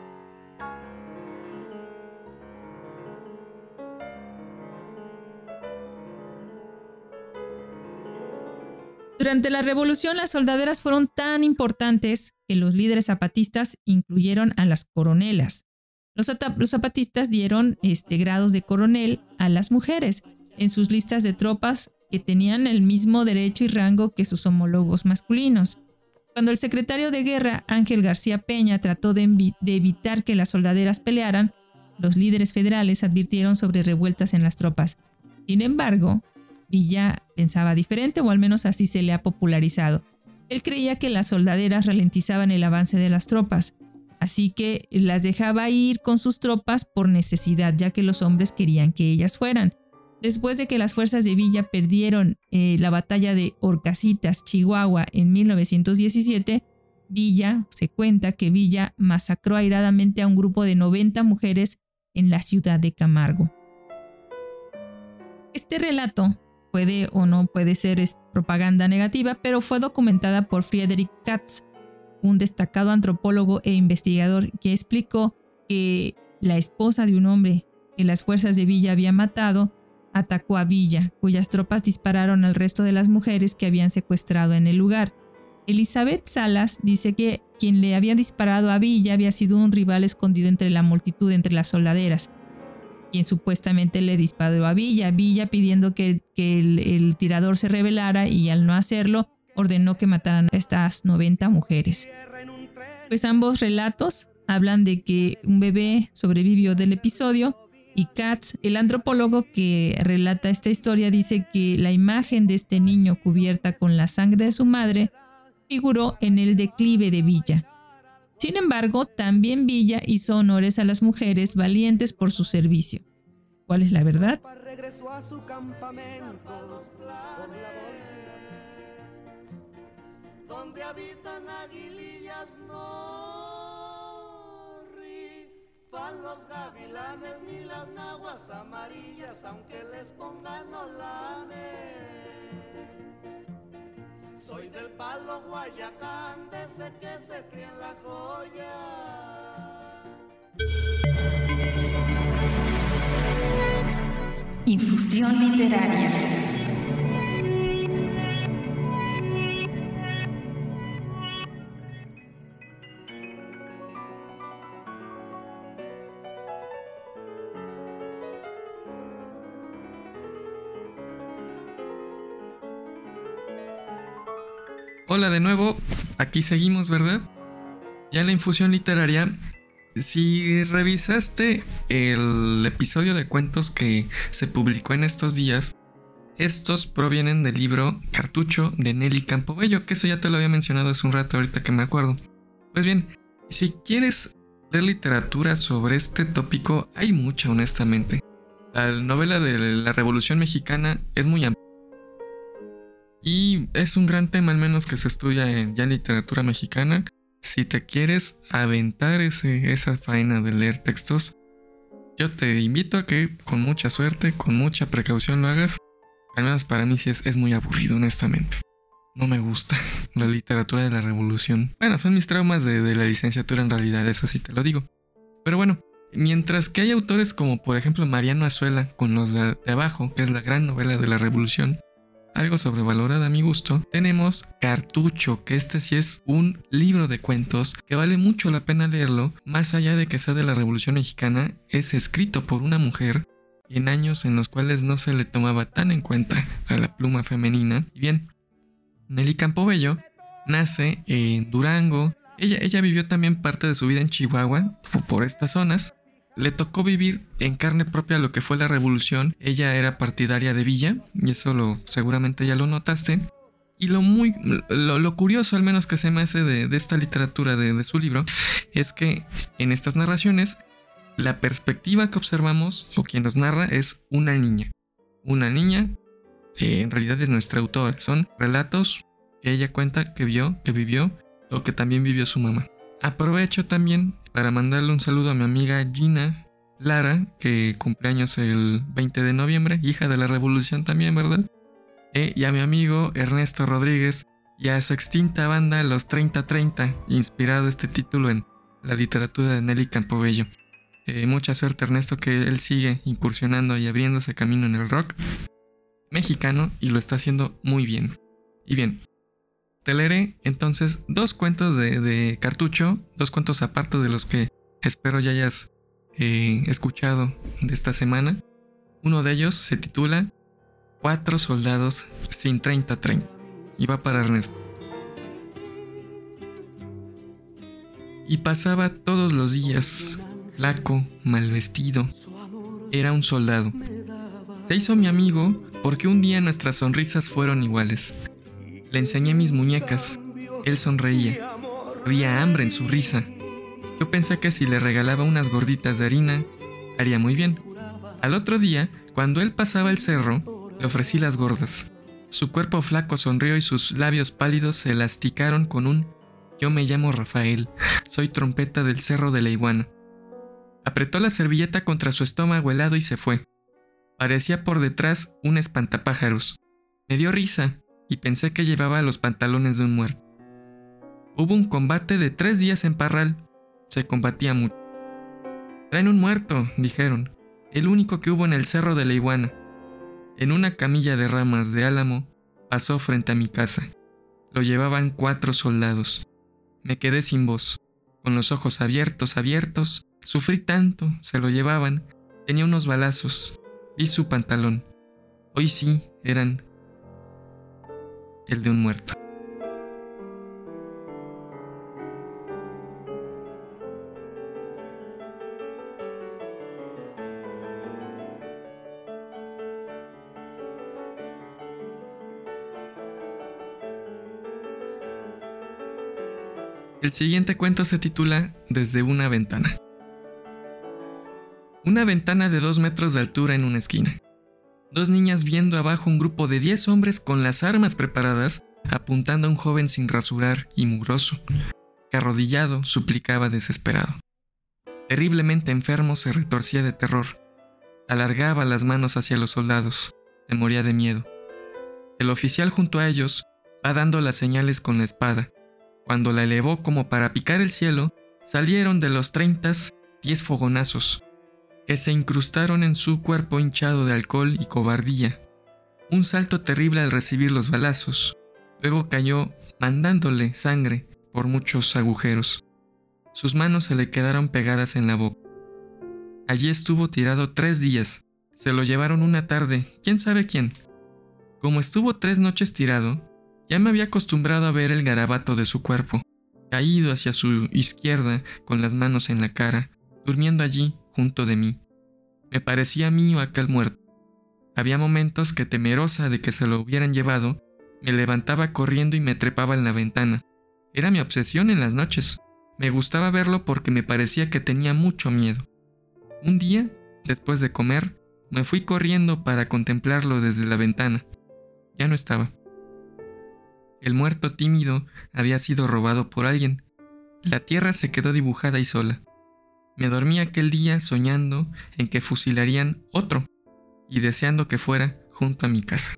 S2: Durante la revolución, las soldaderas fueron tan importantes que los líderes zapatistas incluyeron a las coronelas. Los, los zapatistas dieron este, grados de coronel a las mujeres en sus listas de tropas que tenían el mismo derecho y rango que sus homólogos masculinos. Cuando el secretario de guerra, Ángel García Peña, trató de, de evitar que las soldaderas pelearan, los líderes federales advirtieron sobre revueltas en las tropas. Sin embargo, Villa pensaba diferente, o al menos así se le ha popularizado. Él creía que las soldaderas ralentizaban el avance de las tropas, así que las dejaba ir con sus tropas por necesidad, ya que los hombres querían que ellas fueran. Después de que las fuerzas de Villa perdieron eh, la batalla de Horcasitas, Chihuahua, en mil novecientos diecisiete, Villa, se cuenta que Villa masacró airadamente a un grupo de noventa mujeres en la ciudad de Camargo. Este relato puede o no puede ser propaganda negativa, pero fue documentada por Friedrich Katz, un destacado antropólogo e investigador que explicó que la esposa de un hombre que las fuerzas de Villa habían matado atacó a Villa, cuyas tropas dispararon al resto de las mujeres que habían secuestrado en el lugar. Elizabeth Salas dice que quien le había disparado a Villa había sido un rival escondido entre la multitud, entre las soldaderas, quien supuestamente le disparó a Villa. Villa, pidiendo que, que el, el tirador se rebelara, y al no hacerlo, ordenó que mataran a estas noventa mujeres. Pues ambos relatos hablan de que un bebé sobrevivió del episodio, y Katz, el antropólogo que relata esta historia, dice que la imagen de este niño cubierta con la sangre de su madre figuró en el declive de Villa. Sin embargo, también Villa hizo honores a las mujeres valientes por su servicio. ¿Cuál es la verdad?
S4: Regresó a su campamento, donde habitan aguilillas, no rifan los gavilanes ni las naguas amarillas, aunque les pongan olanes. Soy del palo Guayacán, desde que se cría en la joya.
S2: Infusión literaria.
S3: Hola de nuevo, aquí seguimos, ¿verdad? Ya en la infusión literaria, si revisaste el episodio de cuentos que se publicó en estos días, estos provienen del libro Cartucho de Nelly Campobello, que eso ya te lo había mencionado hace un rato, ahorita que me acuerdo. Pues bien, si quieres leer literatura sobre este tópico, hay mucha, honestamente. La novela de la Revolución Mexicana es muy amplia. Y es un gran tema, al menos que se estudia en ya en literatura mexicana. Si te quieres aventar ese, esa faena de leer textos, yo te invito a que con mucha suerte, con mucha precaución lo hagas. Al menos para mí sí es, es muy aburrido, honestamente. No me gusta la literatura de la revolución. Bueno, son mis traumas de, de la licenciatura en realidad, eso sí te lo digo. Pero bueno, mientras que hay autores como por ejemplo Mariano Azuela con Los de, de Abajo, que es la gran novela de la revolución, algo sobrevalorada a mi gusto, tenemos Cartucho, que este sí es un libro de cuentos que vale mucho la pena leerlo, más allá de que sea de la Revolución Mexicana, es escrito por una mujer en años en los cuales no se le tomaba tan en cuenta a la pluma femenina. Y bien, Nelly Campobello nace en Durango, ella, ella vivió también parte de su vida en Chihuahua, por, por estas zonas. Le tocó vivir en carne propia lo que fue la revolución. Ella era partidaria de Villa, y eso lo, seguramente ya lo notaste. Y lo muy lo, lo curioso, al menos que se me hace de, de esta literatura de, de su libro, es que en estas narraciones, la perspectiva que observamos, o quien nos narra, es una niña. Una niña, que en realidad es nuestra autora. Son relatos que ella cuenta que vio, que vivió, o que también vivió su mamá. Aprovecho también para mandarle un saludo a mi amiga Gina Lara, que cumpleaños el veinte de noviembre, hija de la revolución también, ¿verdad? Eh, y a mi amigo Ernesto Rodríguez y a su extinta banda Los treinta treinta, inspirado este título en la literatura de Nelly Campobello. Eh, mucha suerte, Ernesto, que él sigue incursionando y abriéndose camino en el rock mexicano y lo está haciendo muy bien. Y bien, te leeré entonces dos cuentos de, de Cartucho, dos cuentos aparte de los que espero ya hayas eh, escuchado de esta semana. Uno de ellos se titula Cuatro soldados sin treinta treinta y va para Ernesto. Y pasaba todos los días, flaco, mal vestido. Era un soldado. Se hizo mi amigo porque un día nuestras sonrisas fueron iguales. Le enseñé mis muñecas. Él sonreía. Había hambre en su risa. Yo pensé que si le regalaba unas gorditas de harina, haría muy bien. Al otro día, cuando él pasaba el cerro, le ofrecí las gordas. Su cuerpo flaco sonrió y sus labios pálidos se elasticaron con un «Yo me llamo Rafael, soy trompeta del Cerro de la Iguana». Apretó la servilleta contra su estómago helado y se fue. Parecía por detrás un espantapájaros. Me dio risa y pensé que llevaba los pantalones de un muerto. Hubo un combate de tres días en Parral. Se combatía mucho. «Traen un muerto», dijeron, «el único que hubo en el Cerro de la Iguana». En una camilla de ramas de álamo pasó frente a mi casa. Lo llevaban cuatro soldados. Me quedé sin voz, con los ojos abiertos, abiertos. Sufrí tanto, se lo llevaban. Tenía unos balazos. Vi su pantalón. Hoy sí, eran el de un muerto. El siguiente cuento se titula Desde una ventana. Una ventana de dos metros de altura en una esquina. Dos niñas viendo abajo un grupo de diez hombres con las armas preparadas, apuntando a un joven sin rasurar y mugroso, que arrodillado suplicaba desesperado. Terriblemente enfermo se retorcía de terror. Alargaba las manos hacia los soldados. Se moría de miedo. El oficial junto a ellos va dando las señales con la espada. Cuando la elevó como para picar el cielo, salieron de los treintas diez fogonazos. que se incrustaron en su cuerpo hinchado de alcohol y cobardía. Un salto terrible al recibir los balazos. Luego cayó mandándole sangre por muchos agujeros. Sus manos se le quedaron pegadas en la boca. Allí estuvo tirado tres días. Se lo llevaron una tarde, quién sabe quién. Como estuvo tres noches tirado, ya me había acostumbrado a ver el garabato de su cuerpo, caído hacia su izquierda con las manos en la cara, durmiendo allí junto de mí. Me parecía mío aquel muerto. Había momentos que, temerosa de que se lo hubieran llevado, me levantaba corriendo y me trepaba en la ventana. Era mi obsesión en las noches. Me gustaba verlo porque me parecía que tenía mucho miedo. Un día, después de comer, me fui corriendo para contemplarlo desde la ventana. Ya no estaba. El muerto tímido había sido robado por alguien. La tierra se quedó dibujada y sola. Me dormí aquel día soñando en que fusilarían otro y deseando que fuera junto a mi casa.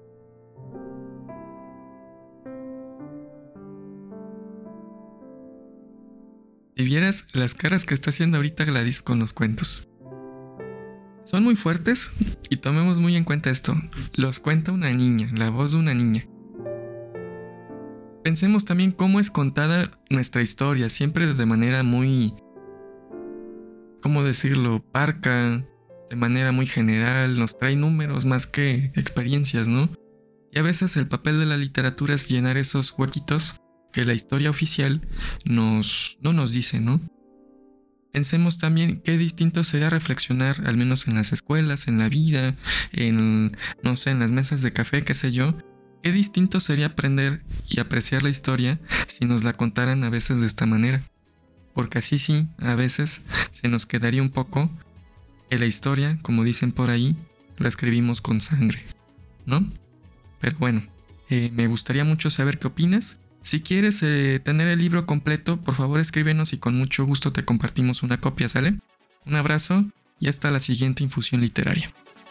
S3: Si vieras las caras que está haciendo ahorita Gladys con los cuentos. Son muy fuertes y tomemos muy en cuenta esto. Los cuenta una niña, la voz de una niña. Pensemos también cómo es contada nuestra historia, siempre de manera muy, ¿cómo decirlo?, parca, de manera muy general, nos trae números más que experiencias, ¿no? Y a veces el papel de la literatura es llenar esos huequitos que la historia oficial nos, no nos dice, ¿no? Pensemos también qué distinto sería reflexionar, al menos en las escuelas, en la vida, en, no sé, en las mesas de café, qué sé yo. Qué distinto sería aprender y apreciar la historia si nos la contaran a veces de esta manera. Porque así sí, a veces se nos quedaría un poco que la historia, como dicen por ahí, la escribimos con sangre, ¿no? Pero bueno, eh, me gustaría mucho saber qué opinas. Si quieres eh, tener el libro completo, por favor escríbenos y con mucho gusto te compartimos una copia, ¿sale? Un abrazo y hasta la siguiente infusión literaria.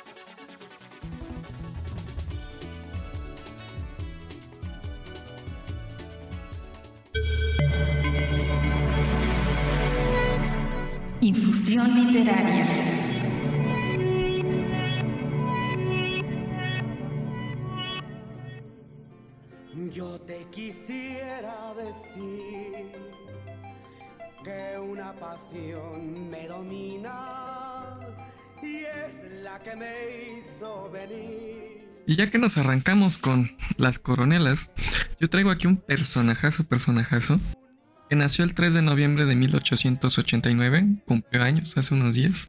S9: Infusión literaria.
S4: Yo te quisiera decir que una pasión me domina y es la que me hizo venir.
S3: Y ya que nos arrancamos con las coronelas, yo traigo aquí un personajazo, personajazo, que nació el tres de noviembre de mil ochocientos ochenta y nueve, cumplió años hace unos días.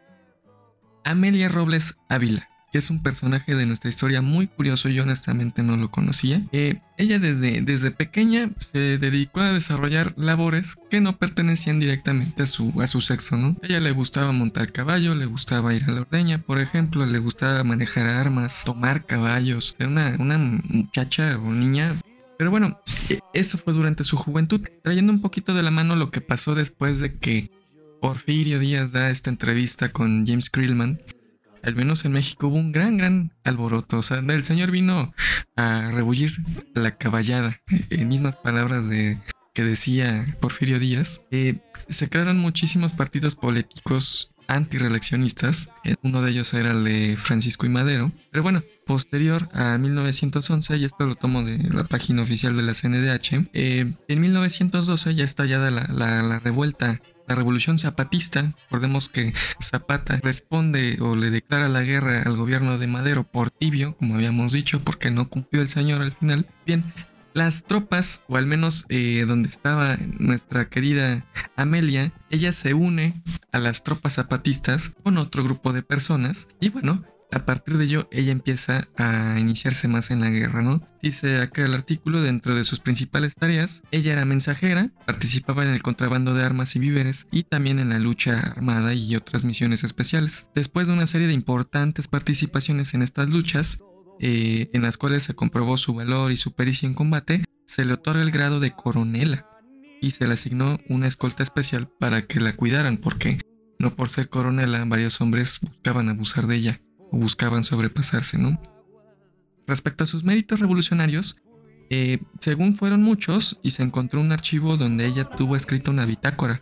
S3: Amelia Robles Ávila, que es un personaje de nuestra historia muy curioso, yo honestamente no lo conocía. Eh, ella desde, desde pequeña se dedicó a desarrollar labores que no pertenecían directamente a su, a su sexo, ¿no? A ella le gustaba montar caballo, le gustaba ir a la ordeña, por ejemplo, le gustaba manejar armas, tomar caballos. Era una, una muchacha o niña. Pero bueno, eso fue durante su juventud, trayendo un poquito de la mano lo que pasó después de que Porfirio Díaz da esta entrevista con James Creelman. Al menos en México hubo un gran, gran alboroto. O sea, el señor vino a rebullir la caballada. En mismas palabras de que decía Porfirio Díaz. Eh, se crearon muchísimos partidos políticos antireeleccionistas. Uno de ellos era el de Francisco I. Madero. Pero bueno, posterior a mil novecientos once, y esto lo tomo de la página oficial de la C N D H, eh, en mil novecientos doce ya estallada la, la, la revuelta, la revolución zapatista. Recordemos que Zapata responde o le declara la guerra al gobierno de Madero por tibio, como habíamos dicho, porque no cumplió el señor al final. Bien, las tropas, o al menos eh, donde estaba nuestra querida Amelia, ella se une a las tropas zapatistas con otro grupo de personas y bueno, a partir de ello ella empieza a iniciarse más en la guerra, ¿no? Dice acá el artículo, dentro de sus principales tareas, ella era mensajera, participaba en el contrabando de armas y víveres y también en la lucha armada y otras misiones especiales. Después de una serie de importantes participaciones en estas luchas, Eh, en las cuales se comprobó su valor y su pericia en combate, se le otorga el grado de coronela y se le asignó una escolta especial para que la cuidaran, porque no por ser coronela varios hombres buscaban abusar de ella o buscaban sobrepasarse, ¿no? Respecto a sus méritos revolucionarios, eh, según fueron muchos, y se encontró un archivo donde ella tuvo escrita una bitácora,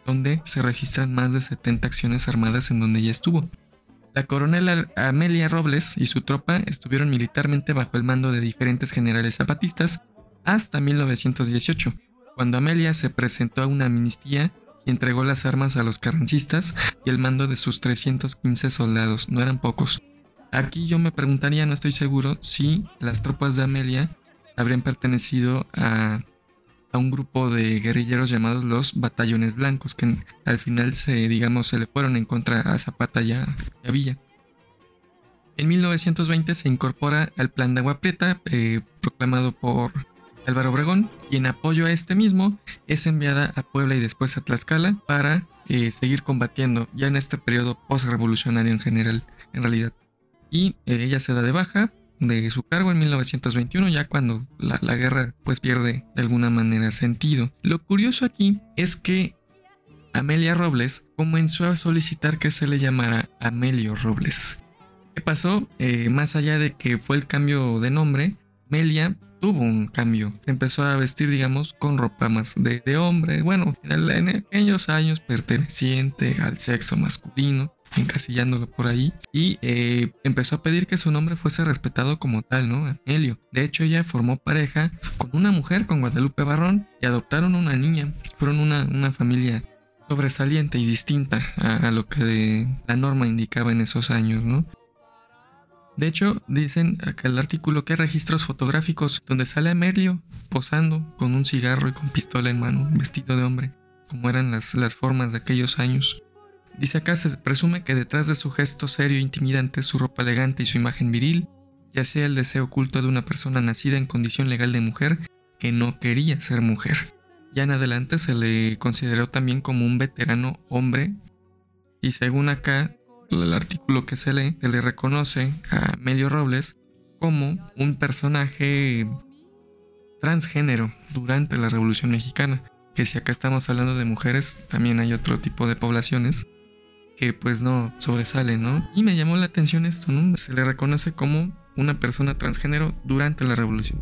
S3: donde se registran más de setenta acciones armadas en donde ella estuvo. La coronel Amelia Robles y su tropa estuvieron militarmente bajo el mando de diferentes generales zapatistas hasta mil novecientos dieciocho, cuando Amelia se presentó a una amnistía y entregó las armas a los carrancistas y el mando de sus trescientos quince soldados. No eran pocos. Aquí yo me preguntaría, no estoy seguro, si las tropas de Amelia habrían pertenecido a, a un grupo de guerrilleros llamados los Batallones Blancos, que al final se, digamos, se le fueron en contra a Zapata y a, y a Villa. En mil novecientos veinte se incorpora al Plan de Agua Prieta, eh, proclamado por Álvaro Obregón, y en apoyo a este mismo es enviada a Puebla y después a Tlaxcala para eh, seguir combatiendo ya en este periodo post-revolucionario en general, en realidad. Y eh, ella se da de baja de su cargo en mil novecientos veintiuno, ya cuando la, la guerra pues pierde de alguna manera sentido. Lo curioso aquí es que Amelia Robles comenzó a solicitar que se le llamara Amelio Robles. ¿Qué pasó? Eh, más allá de que fue el cambio de nombre, Amelia tuvo un cambio. Se empezó a vestir, digamos, con ropa más de, de hombre, bueno, en, en aquellos años perteneciente al sexo masculino, encasillándolo por ahí, y eh, empezó a pedir que su nombre fuese respetado como tal, ¿no? Amelio. De hecho, ella formó pareja con una mujer, con Guadalupe Barrón, y adoptaron una niña. Fueron una, una familia sobresaliente y distinta a, a lo que de, la norma indicaba en esos años, ¿no? De hecho, dicen acá el artículo que hay registros fotográficos donde sale Amelio posando con un cigarro y con pistola en mano, vestido de hombre, como eran las, las formas de aquellos años. Dice acá, se presume que detrás de su gesto serio e intimidante, su ropa elegante y su imagen viril, yacía el deseo oculto de una persona nacida en condición legal de mujer que no quería ser mujer. Ya en adelante se le consideró también como un veterano hombre, y según acá el artículo que se lee, se le reconoce a Amelio Robles como un personaje transgénero durante la Revolución Mexicana. Que si acá estamos hablando de mujeres, también hay otro tipo de poblaciones que pues no sobresalen, ¿no? Y me llamó la atención esto, ¿no? Se le reconoce como una persona transgénero durante la Revolución.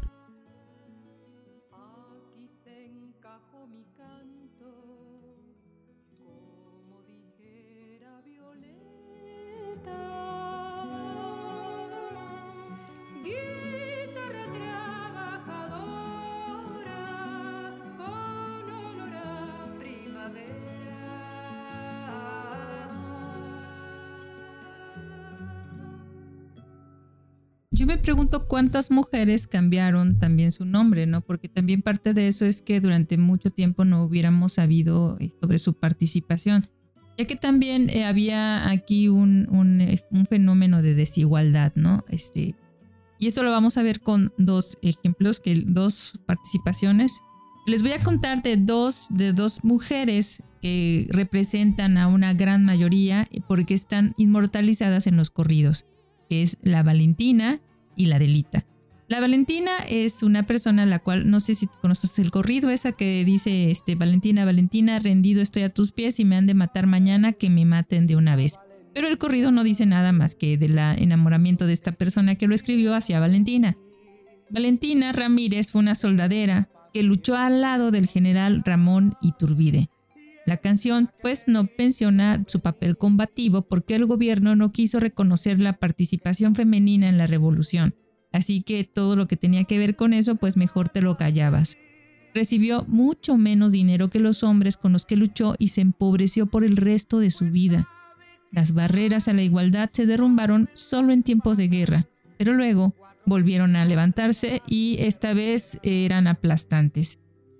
S2: Yo me pregunto cuántas mujeres cambiaron también su nombre, ¿no? Porque también parte de eso es que durante mucho tiempo no hubiéramos sabido sobre su participación, ya que también eh, había aquí un, un, un fenómeno de desigualdad, ¿no? Este, y esto lo vamos a ver con dos ejemplos, que dos participaciones. Les voy a contar de dos, de dos mujeres que representan a una gran mayoría porque están inmortalizadas en los corridos, que es la Valentina y la Adelita. La Valentina es una persona a la cual, no sé si conoces el corrido, esa que dice este, Valentina, Valentina, rendido estoy a tus pies y me han de matar mañana, que me maten de una vez. Pero el corrido no dice nada más que del enamoramiento de esta persona que lo escribió hacia Valentina. Valentina Ramírez fue una soldadera que luchó al lado del general Ramón Iturbide. La canción pues no menciona su papel combativo porque el gobierno no quiso reconocer la participación femenina en la revolución, así que todo lo que tenía que ver con eso pues mejor te lo callabas. Recibió mucho menos dinero que los hombres con los que luchó y se empobreció por el resto de su vida. Las barreras a la igualdad se derrumbaron solo en tiempos de guerra, pero luego volvieron a levantarse y esta vez eran aplastantes.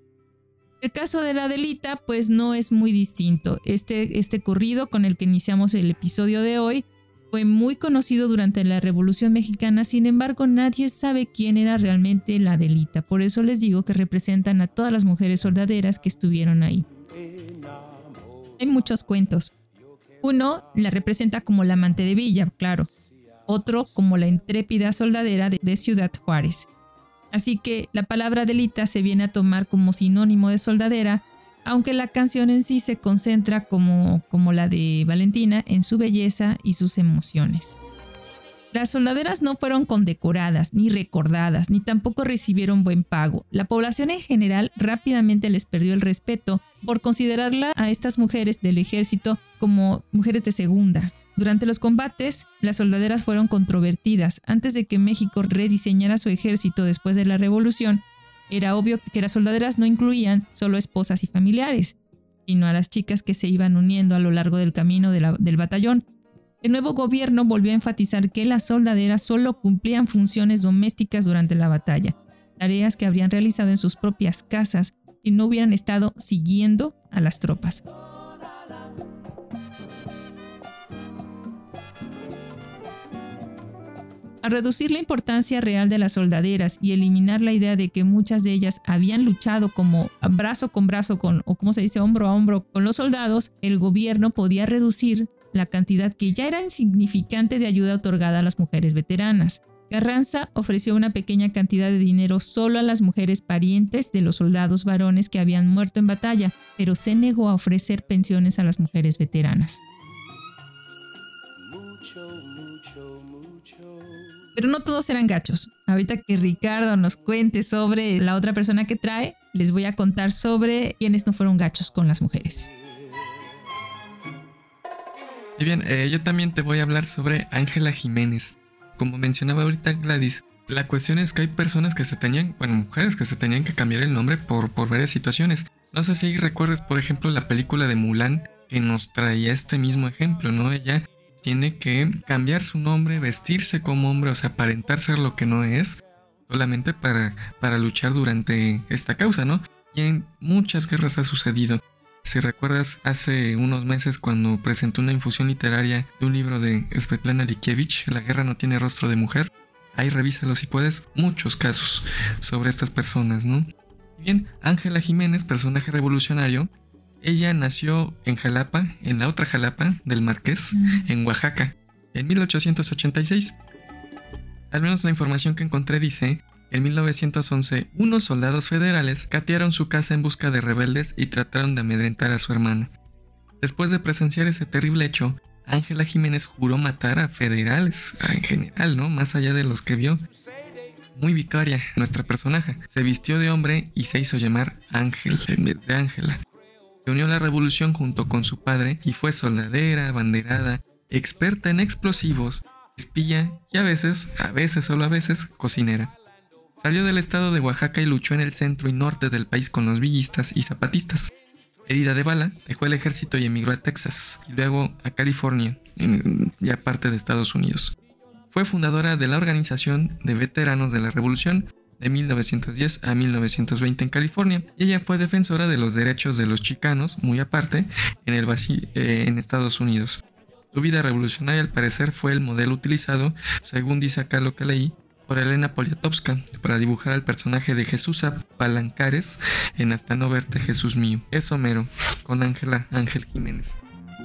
S2: El caso de la Adelita pues no es muy distinto. Este, este corrido con el que iniciamos el episodio de hoy fue muy conocido durante la Revolución Mexicana, sin embargo nadie sabe quién era realmente la Adelita. Por eso les digo que representan a todas las mujeres soldaderas que estuvieron ahí. Hay muchos cuentos. Uno la representa como la amante de Villa, claro. Otro como la intrépida soldadera de, de Ciudad Juárez. Así que la palabra Adelita se viene a tomar como sinónimo de soldadera, aunque la canción en sí se concentra como, como la de Valentina en su belleza y sus emociones. Las soldaderas no fueron condecoradas, ni recordadas, ni tampoco recibieron buen pago. La población en general rápidamente les perdió el respeto por considerarla a estas mujeres del ejército como mujeres de segunda. Durante los combates, las soldaderas fueron controvertidas. Antes de que México rediseñara su ejército después de la Revolución, era obvio que las soldaderas no incluían solo esposas y familiares, sino a las chicas que se iban uniendo a lo largo del camino de la, del batallón. El nuevo gobierno volvió a enfatizar que las soldaderas solo cumplían funciones domésticas durante la batalla, tareas que habrían realizado en sus propias casas y no hubieran estado siguiendo a las tropas. Al reducir la importancia real de las soldaderas y eliminar la idea de que muchas de ellas habían luchado como brazo con brazo con, o como se dice, hombro a hombro con los soldados, el gobierno podía reducir la cantidad que ya era insignificante de ayuda otorgada a las mujeres veteranas. Carranza ofreció una pequeña cantidad de dinero solo a las mujeres parientes de los soldados varones que habían muerto en batalla, pero se negó a ofrecer pensiones a las mujeres veteranas. Pero no todos eran gachos. Ahorita que Ricardo nos cuente sobre la otra persona que trae, les voy a contar sobre quiénes no fueron gachos con las mujeres.
S3: Y bien, eh, yo también te voy a hablar sobre Ángela Jiménez. Como mencionaba ahorita Gladys, la cuestión es que hay personas que se tenían, bueno, mujeres que se tenían que cambiar el nombre por, por varias situaciones. No sé si recuerdas, por ejemplo, la película de Mulan, que nos traía este mismo ejemplo, ¿no? Ella tiene que cambiar su nombre, vestirse como hombre, o sea, aparentar ser lo que no es, solamente para, para luchar durante esta causa, ¿no? Y en muchas guerras ha sucedido. Si recuerdas, hace unos meses cuando presentó una infusión literaria de un libro de Svetlana Alexievich, La guerra no tiene rostro de mujer, ahí revísalo si puedes, muchos casos sobre estas personas, ¿no? Bien, Ángela Jiménez, personaje revolucionario, ella nació en Jalapa, en la otra Jalapa del Marqués, mm. en Oaxaca, en mil ochocientos ochenta y seis. Al menos la información que encontré dice: en mil novecientos once, unos soldados federales catearon su casa en busca de rebeldes y trataron de amedrentar a su hermana. Después de presenciar ese terrible hecho, Ángela Jiménez juró matar a federales en general, ¿no? Más allá de los que vio. Muy vicaria, nuestra personaje. Se vistió de hombre y se hizo llamar Ángel en vez de Ángela. Se unió a la revolución junto con su padre y fue soldadera, abanderada, experta en explosivos, espía y a veces, a veces solo a veces, cocinera. Salió del estado de Oaxaca y luchó en el centro y norte del país con los villistas y zapatistas. Herida de bala, dejó el ejército y emigró a Texas y luego a California, en, ya parte de Estados Unidos. Fue fundadora de la Organización de Veteranos de la Revolución de mil novecientos diez a mil novecientos veinte en California, y ella fue defensora de los derechos de los chicanos, muy aparte, en, el vacío, eh, en Estados Unidos. Su vida revolucionaria al parecer fue el modelo utilizado, según dice acá lo que leí, por Elena Poniatowska para dibujar al personaje de Jesús Palancares en Hasta no verte Jesús mío. Es Homero, con Ángela Ángel Jiménez.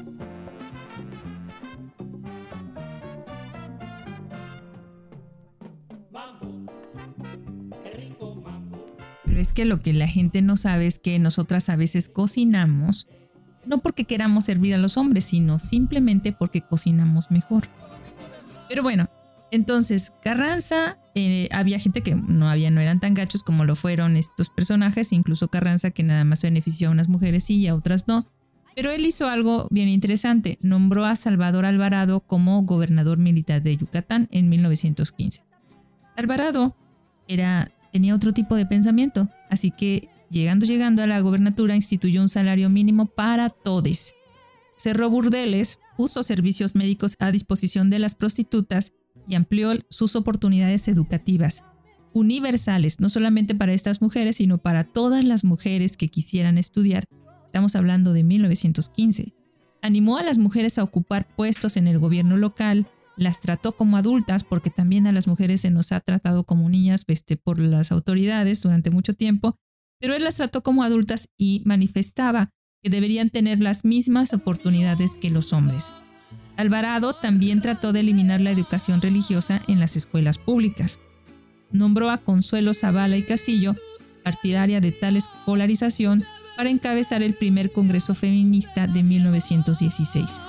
S2: Pero es que lo que la gente no sabe es que nosotras a veces cocinamos, no porque queramos servir a los hombres, sino simplemente porque cocinamos mejor. Pero bueno, entonces Carranza, eh, había gente que no, había, no eran tan gachos como lo fueron estos personajes, incluso Carranza, que nada más benefició a unas mujeres sí y a otras no. Pero él hizo algo bien interesante, nombró a Salvador Alvarado como gobernador militar de Yucatán en mil novecientos quince. Alvarado era... tenía otro tipo de pensamiento, así que llegando llegando a la gobernatura instituyó un salario mínimo para todos. Cerró burdeles, puso servicios médicos a disposición de las prostitutas y amplió sus oportunidades educativas, universales, no solamente para estas mujeres, sino para todas las mujeres que quisieran estudiar. Estamos hablando de mil novecientos quince. Animó a las mujeres a ocupar puestos en el gobierno local, las trató como adultas, porque también a las mujeres se nos ha tratado como niñas este, por las autoridades durante mucho tiempo, pero él las trató como adultas y manifestaba que deberían tener las mismas oportunidades que los hombres. Alvarado también trató de eliminar la educación religiosa en las escuelas públicas. Nombró a Consuelo Zavala y Castillo, partidaria de tal escolarización, para encabezar el primer Congreso Feminista de mil novecientos dieciséis.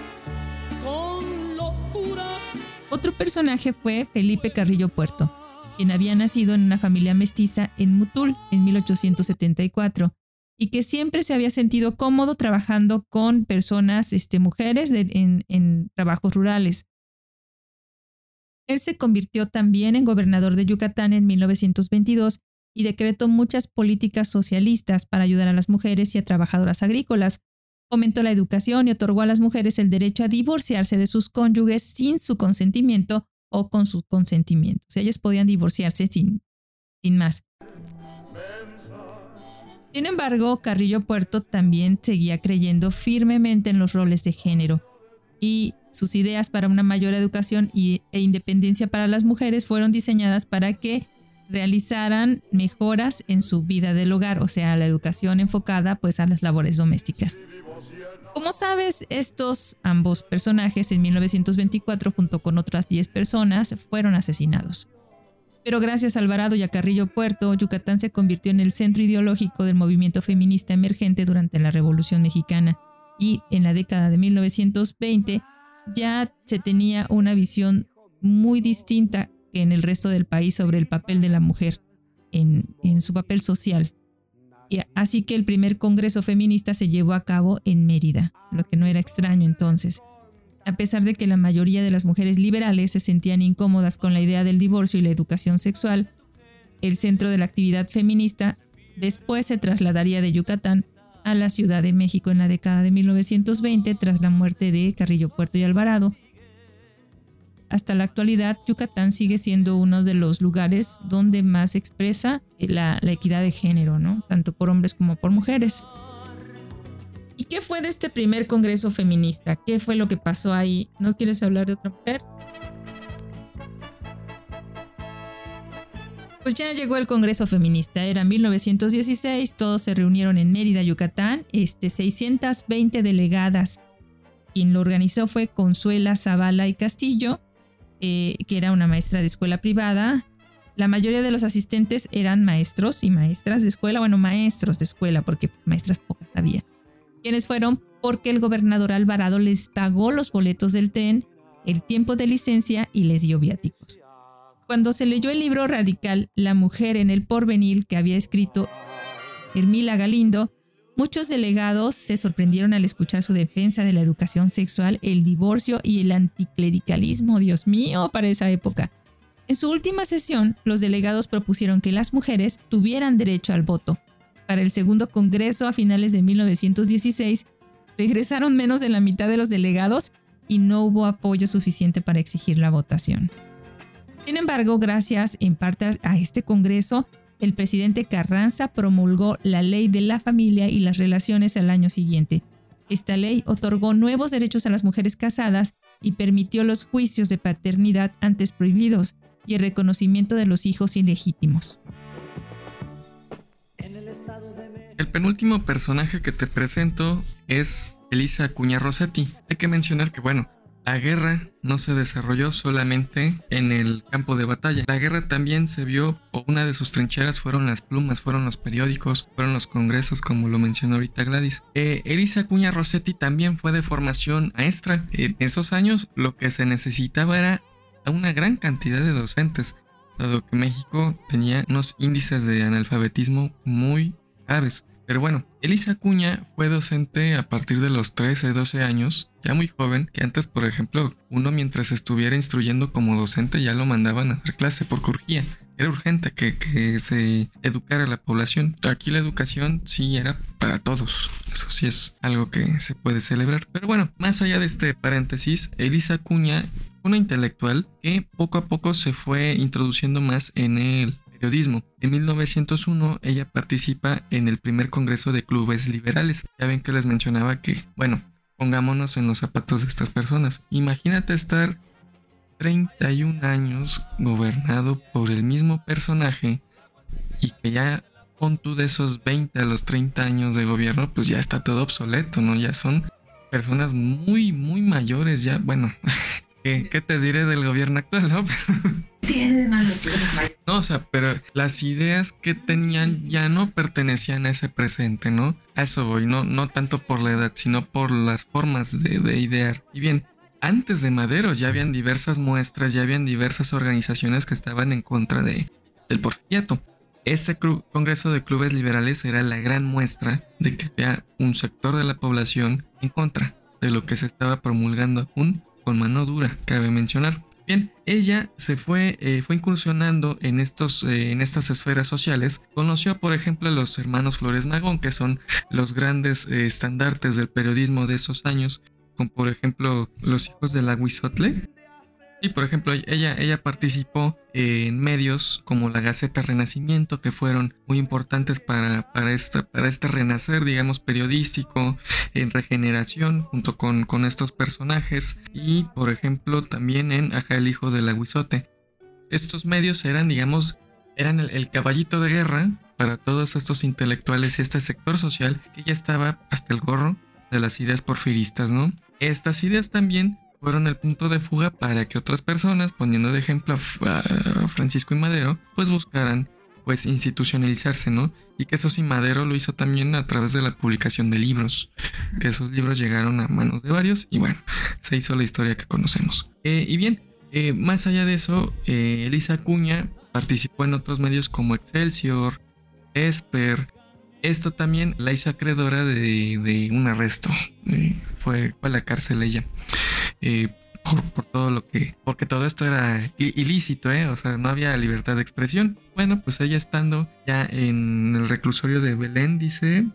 S2: Otro personaje fue Felipe Carrillo Puerto. quien había nacido en una familia mestiza en Mutul en mil ochocientos setenta y cuatro y que siempre se había sentido cómodo trabajando con personas, este, mujeres de, en, en trabajos rurales. Él se convirtió también en gobernador de Yucatán en mil novecientos veintidós y decretó muchas políticas socialistas para ayudar a las mujeres y a trabajadoras agrícolas. Fomentó la educación y otorgó a las mujeres el derecho a divorciarse de sus cónyuges sin su consentimiento o con su consentimiento. O sea, ellas podían divorciarse sin, sin más. Sin embargo, Carrillo Puerto también seguía creyendo firmemente en los roles de género y sus ideas para una mayor educación y, e independencia para las mujeres fueron diseñadas para que realizaran mejoras en su vida del hogar, o sea, la educación enfocada pues a las labores domésticas. Como sabes, estos ambos personajes en mil novecientos veinticuatro, junto con otras diez personas, fueron asesinados. Pero gracias a Alvarado y a Carrillo Puerto, Yucatán se convirtió en el centro ideológico del movimiento feminista emergente durante la Revolución Mexicana y en la década de mil novecientos veinte ya se tenía una visión muy distinta que en el resto del país sobre el papel de la mujer en, en su papel social. Y así que el primer congreso feminista se llevó a cabo en Mérida, lo que no era extraño entonces. A pesar de que la mayoría de las mujeres liberales se sentían incómodas con la idea del divorcio y la educación sexual, el centro de la actividad feminista después se trasladaría de Yucatán a la Ciudad de México en la década de mil novecientos veinte tras la muerte de Carrillo Puerto y Alvarado. Hasta la actualidad, Yucatán sigue siendo uno de los lugares donde más se expresa la, la equidad de género, ¿no? Tanto por hombres como por mujeres. ¿Y qué fue de este primer congreso feminista? ¿Qué fue lo que pasó ahí? ¿No quieres hablar de otra mujer? Pues ya llegó el congreso feminista, era mil novecientos dieciséis, todos se reunieron en Mérida, Yucatán, este, seiscientas veinte delegadas. Quien lo organizó fue Consuela Zavala y Castillo, eh, que era una maestra de escuela privada. La mayoría de los asistentes eran maestros y maestras de escuela, bueno, maestros de escuela, porque maestras pocas había. ¿Quiénes fueron? Porque el gobernador Alvarado les pagó los boletos del tren, el tiempo de licencia y les dio viáticos. Cuando se leyó el libro radical La mujer en el porvenir que había escrito Hermila Galindo, muchos delegados se sorprendieron al escuchar su defensa de la educación sexual, el divorcio y el anticlericalismo, Dios mío, para esa época. En su última sesión, los delegados propusieron que las mujeres tuvieran derecho al voto. Para el segundo congreso a finales de mil novecientos dieciséis, regresaron menos de la mitad de los delegados y no hubo apoyo suficiente para exigir la votación. Sin embargo, gracias en parte a este congreso, el presidente Carranza promulgó la Ley de la Familia y las Relaciones al año siguiente. Esta ley otorgó nuevos derechos a las mujeres casadas y permitió los juicios de paternidad antes prohibidos y el reconocimiento de los hijos ilegítimos.
S3: El penúltimo personaje que te presento es Elisa Acuña Rossetti. Hay que mencionar que, bueno, la guerra no se desarrolló solamente en el campo de batalla. La guerra también se vio, o una de sus trincheras fueron las plumas, fueron los periódicos, fueron los congresos, como lo mencionó ahorita Gladys. Eh, Elisa Acuña Rossetti también fue de formación maestra. En esos años lo que se necesitaba era una gran cantidad de docentes, dado que México tenía unos índices de analfabetismo muy graves. Pero bueno, Elisa Acuña fue docente a partir de los trece, doce años, ya muy joven, que antes, por ejemplo, uno mientras estuviera instruyendo como docente ya lo mandaban a dar clase por crujía. Era urgente que, que se educara a la población. Aquí la educación sí era para todos. Eso sí es algo que se puede celebrar. Pero bueno, más allá de este paréntesis, Elisa Acuña fue una intelectual que poco a poco se fue introduciendo más en el periodismo. En mil novecientos uno ella participa en el primer congreso de clubes liberales. Ya ven que les mencionaba que, bueno, pongámonos en los zapatos de estas personas. Imagínate estar treinta y un años gobernado por el mismo personaje y que ya pon tú de esos veinte a los treinta años de gobierno, pues ya está todo obsoleto, ¿no? Ya son personas muy, muy mayores ya. Bueno, ¿qué, qué te diré del gobierno actual, no?
S2: Tiene de malo.
S3: No, o sea, pero las ideas que tenían ya no pertenecían a ese presente, ¿no? A eso voy, no, no tanto por la edad, sino por las formas de, de idear. Y bien, antes de Madero ya habían diversas muestras, ya habían diversas organizaciones que estaban en contra de, del porfiriato. Este cru- Congreso de Clubes Liberales era la gran muestra de que había un sector de la población en contra de lo que se estaba promulgando aún con mano dura, cabe mencionar. Bien, ella se fue, eh, fue incursionando en, estos, eh, en estas esferas sociales. Conoció, por ejemplo, a los hermanos Flores Magón, que son los grandes eh, estandartes del periodismo de esos años, como por ejemplo los hijos de la Huizotle. Y por ejemplo, ella, ella participó en medios como la Gaceta Renacimiento, que fueron muy importantes para, para, esta, para este renacer, digamos, periodístico, en regeneración, junto con, con estos personajes. Y por ejemplo, también en Ajá, el hijo del Aguizote. Estos medios eran, digamos, eran el, el caballito de guerra para todos estos intelectuales y este sector social que ya estaba hasta el gorro de las ideas porfiristas, ¿no? Estas ideas también fueron el punto de fuga para que otras personas, poniendo de ejemplo a Francisco y Madero, pues buscaran pues institucionalizarse, ¿no? Y que eso sí, Madero lo hizo también a través de la publicación de libros, que esos libros llegaron a manos de varios y bueno, se hizo la historia que conocemos. Eh, y bien, eh, más allá de eso, eh, Elisa Acuña participó en otros medios como Excelsior, Esper. Esto también la hizo acreedora de, de un arresto, eh, fue, fue a la cárcel ella. Eh, por, por todo lo que... Porque todo esto era ilícito, ¿eh? O sea, no había libertad de expresión. Bueno, pues ella estando ya en el reclusorio de Belén, dice